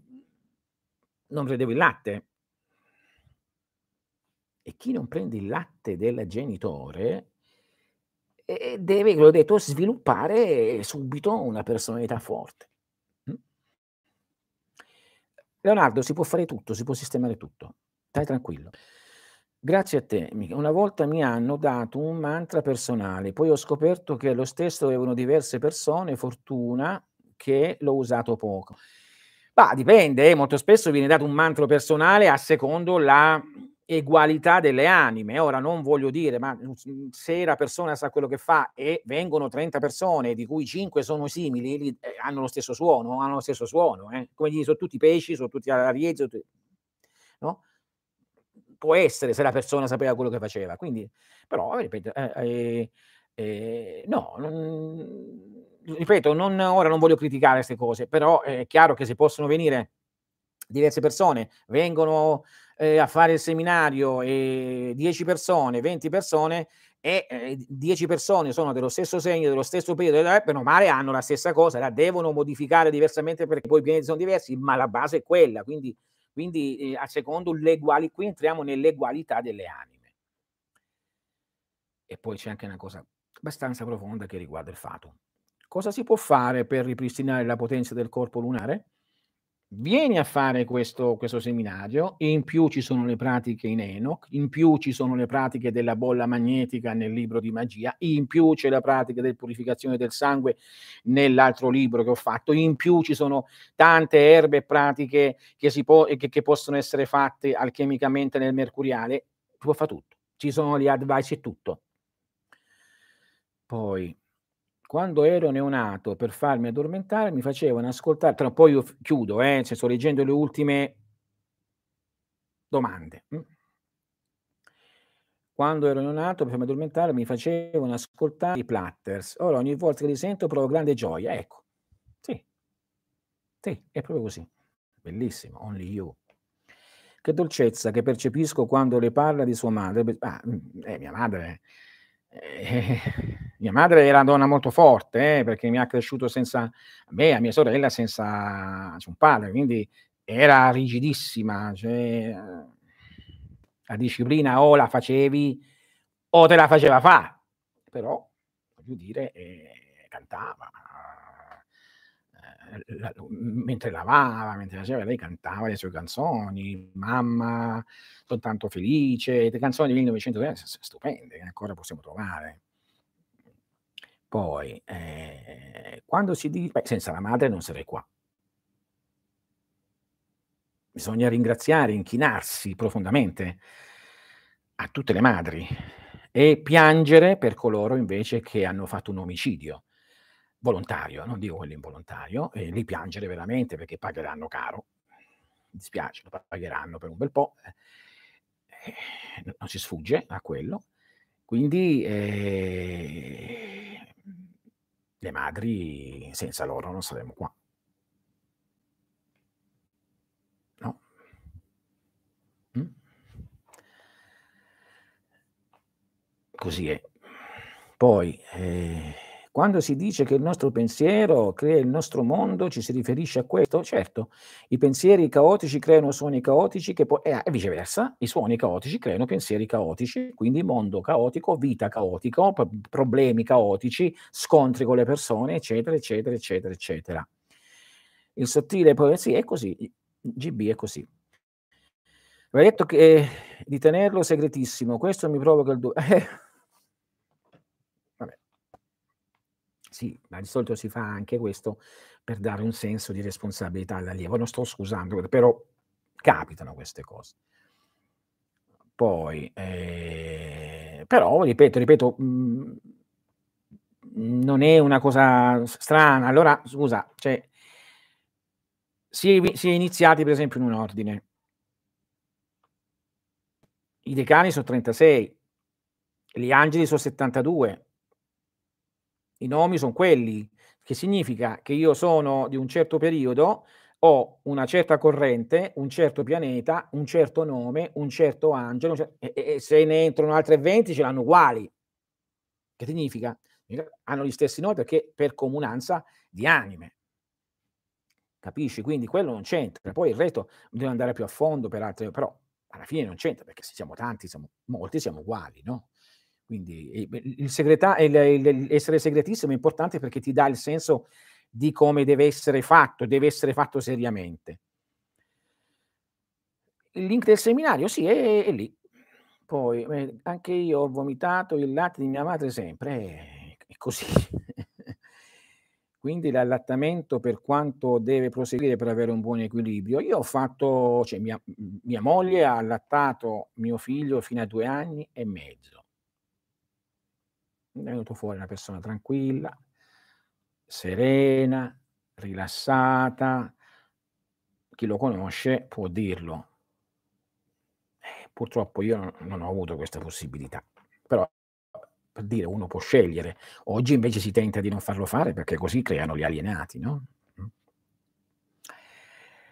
non prendevo il latte. E chi non prende il latte del genitore, deve, l'ho detto, sviluppare subito una personalità forte. Mh. Leonardo, si può fare tutto, si può sistemare tutto. Stai tranquillo. Grazie a te. Una volta mi hanno dato un mantra personale, poi ho scoperto che lo stesso avevano diverse persone, fortuna che l'ho usato poco. Mah, dipende, molto spesso viene dato un mantra personale a secondo la egualità delle anime. Ora non voglio dire, ma, se la persona sa quello che fa e vengono 30 persone, di cui 5 sono simili, hanno lo stesso suono? Hanno lo stesso suono, come dire, so' tutti pesci, so' tutti arieti, no? Può essere se la persona sapeva quello che faceva. Quindi però ripeto, no, ripeto, ora non voglio criticare 'ste cose, però è chiaro che se possono venire diverse persone, vengono, a fare il seminario, 10 persone, 20 persone, e 10 persone sono dello stesso segno, dello stesso periodo, bene o male hanno la stessa cosa, la devono modificare diversamente perché poi i pianeti sono diversi, ma la base è quella, quindi a secondo qui entriamo nell'egualità delle anime. E poi c'è anche una cosa abbastanza profonda che riguarda il fato. Cosa si può fare per ripristinare la potenza del corpo lunare? Vieni a fare questo seminario, in più ci sono le pratiche in Enoch, in più ci sono le pratiche della bolla magnetica nel libro di magia, in più c'è la pratica del purificazione del sangue nell'altro libro che ho fatto, in più ci sono tante erbe e pratiche che possono essere fatte alchemicamente nel mercuriale, si può fa tutto. Ci sono gli advice e tutto. Poi, quando ero neonato per farmi addormentare mi facevano ascoltare però poi io chiudo, cioè sto leggendo le ultime domande. Quando ero neonato per farmi addormentare mi facevano ascoltare i Platters. Ora ogni volta che li sento provo grande gioia. Ecco. Sì, sì, è proprio così. Bellissimo, Only You. Che dolcezza che percepisco quando le parla di sua madre. Mia madre mia madre era una donna molto forte, perché mi ha cresciuto senza me e a mia sorella senza un padre, quindi era rigidissima, cioè, la disciplina o la facevi o te la faceva fa', però voglio dire, cantava, mentre lavava, mentre faceva lei cantava le sue canzoni, "Mamma, son tanto felice", le canzoni del 1920 stupende che ancora possiamo trovare. Poi, quando senza la madre non sarei qua. Bisogna ringraziare, inchinarsi profondamente a tutte le madri e piangere per coloro invece che hanno fatto un omicidio volontario, non dico quello involontario, e lì piangere veramente perché pagheranno caro. Mi dispiace, lo pagheranno per un bel po', non si sfugge a quello. Quindi, le madri senza loro non saremmo qua, no? Mh. Così è. Poi, quando si dice che il nostro pensiero crea il nostro mondo, ci si riferisce a questo? Certo, i pensieri caotici creano suoni caotici che poi e viceversa, i suoni caotici creano pensieri caotici, quindi mondo caotico, vita caotico, problemi caotici, scontri con le persone, eccetera, eccetera, eccetera, eccetera. Il sottile poi sì, è così, GB è così. Aveva detto che di tenerlo segretissimo, questo mi provoca il vabbè. Sì, ma di solito si fa anche questo per dare un senso di responsabilità all'allievo. Non sto scusando, però capitano queste cose. Poi, però ripeto, non è una cosa strana. Allora scusa, cioè si è iniziati per esempio in un ordine. I decani so' 36, gli angeli so' 72. I nomi son quelli, che significa che io sono di un certo periodo, ho una certa corrente, un certo pianeta, un certo nome, un certo angelo, e se ne entrano altre 20 ce l'hanno uguali. Che significa? Hanno gli stessi nomi perché per comunanza di anime, capisci? Quindi quello non c'entra. Poi il resto bisogna andare più a fondo per altre però alla fine non c'entra perché se siamo tanti, siamo molti, siamo uguali, no? Quindi il essere segretissimo è importante perché ti dà il senso di come deve essere fatto seriamente. Il link del seminario sì, è lì. Poi, anche io ho vomitato il latte di mia madre sempre, è così. Quindi l'allattamento per quanto deve proseguire per avere un buon equilibrio. Io ho fatto cioè mia moglie ha allattato mio figlio fino a 2 anni e mezzo. È venuto fuori una persona tranquilla, serena, rilassata. Chi lo conosce può dirlo. Purtroppo io non ho avuto questa possibilità, però per dire uno può scegliere. Oggi invece si tenta di non farlo fare perché così creano gli alienati, no,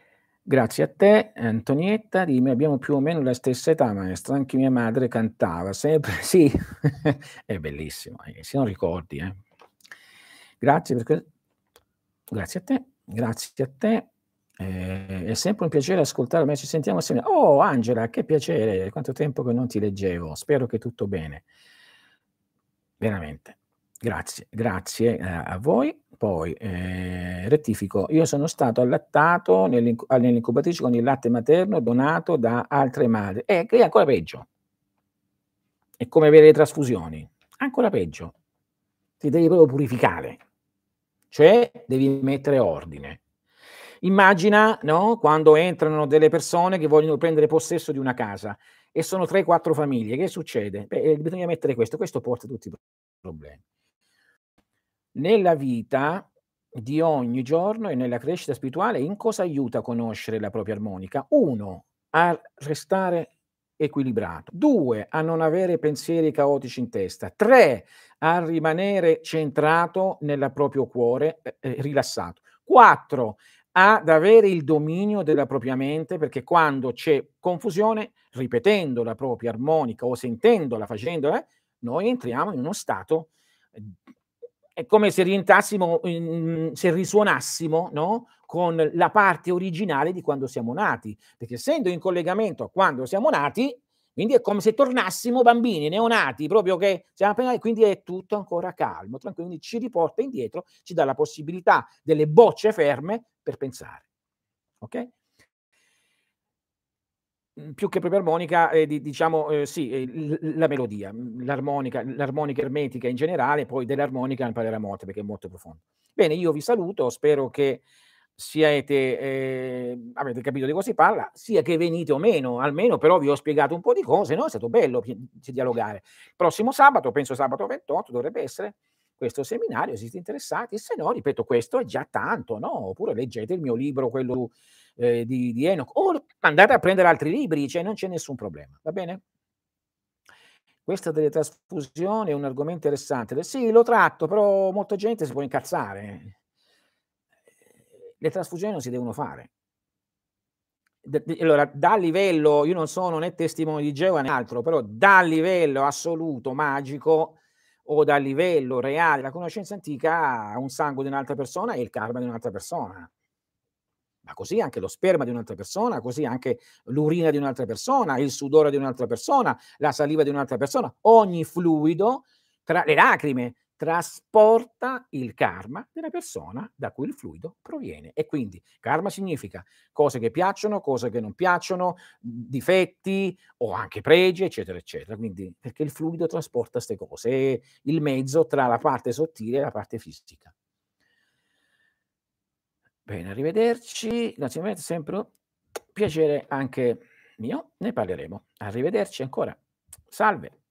Grazie a te, Antonietta, dimmi: "Abbiamo più o meno la stessa età maestra, anche mia madre cantava sempre" sì, è bellissimo, sono ricordi, eh. Grazie per que Grazie a te, grazie a te. È sempre un piacere ascoltare me, ci sentiamo assieme. Oh, Angela, che piacere, quanto tempo che non ti leggevo. Spero che tutto bene. Veramente. Grazie, grazie a voi. Poi, rettifico, io sono stato allattato nell'incubatrice con il latte materno donato da altre madri. Che è ancora peggio. È come avere le trasfusioni, ancora peggio. Ti devi proprio purificare, cioè devi mettere ordine. Immagina, no, quando entrano delle persone che vogliono prendere possesso di una casa e sono 3, 4 famiglie, che succede? Beh, bisogna mettere questo porta tutti i problemi. Nella vita di ogni giorno e nella crescita spirituale, in cosa aiuta a conoscere la propria armonica? 1, a restare equilibrato. 2, a non avere pensieri caotici in testa. 3, a rimanere centrato nella proprio cuore, rilassato. 4, ad avere il dominio della propria mente, perché quando c'è confusione, ripetendo la propria armonica o sentendola, facendola, noi entriamo in uno stato è come se rientrassimo in se risuonassimo, no, con la parte originale di quando siamo nati, perché essendo in collegamento a quando siamo nati, quindi è come se tornassimo bambini, neonati, proprio che siamo appena e quindi è tutto ancora calmo, tranquillo, quindi ci riporta indietro, ci dà la possibilità delle bocce ferme per pensare, okay? Più che proprio armonica, diciamo, sì, la melodia, l'armonica ermetica in generale, poi dell'armonica ne parleremo molto perché è molto profondo. Bene, io vi saluto, spero che siete avete capito di cosa si parla, sia che venite o meno, almeno però vi ho spiegato un po' di cose, no, è stato bello dialogare. Prossimo sabato, penso sabato 28 dovrebbe essere, questo seminario, se siete interessati, se no, ripeto, questo è già tanto, no, oppure leggete il mio libro, quello di Enoch, o andate a prendere altri libri, cioè non c'è nessun problema, va bene? Questa delle trasfusioni è un argomento interessante. Sì, lo tratto, però molta gente si può incazzare. Le trasfusioni non si devono fare. Allora, dal livello io non sono né testimone di Geova né altro, però dal livello assoluto magico o dal livello reale della conoscenza antica, un sangue di un'altra persona è il karma di un'altra persona. Ma così anche lo sperma di un'altra persona, così anche l'urina di un'altra persona, il sudore di un'altra persona, la saliva di un'altra persona, ogni fluido, tra le lacrime, trasporta il karma della persona da cui il fluido proviene. E quindi karma significa cose che piacciono, cose che non piacciono, difetti o anche pregi, eccetera, eccetera. Quindi perché il fluido trasporta 'ste cose, è il mezzo tra la parte sottile e la parte fisica. Bene, arrivederci. Grazie mille, sempre un piacere anche mio. Ne parleremo. Arrivederci ancora. Salve.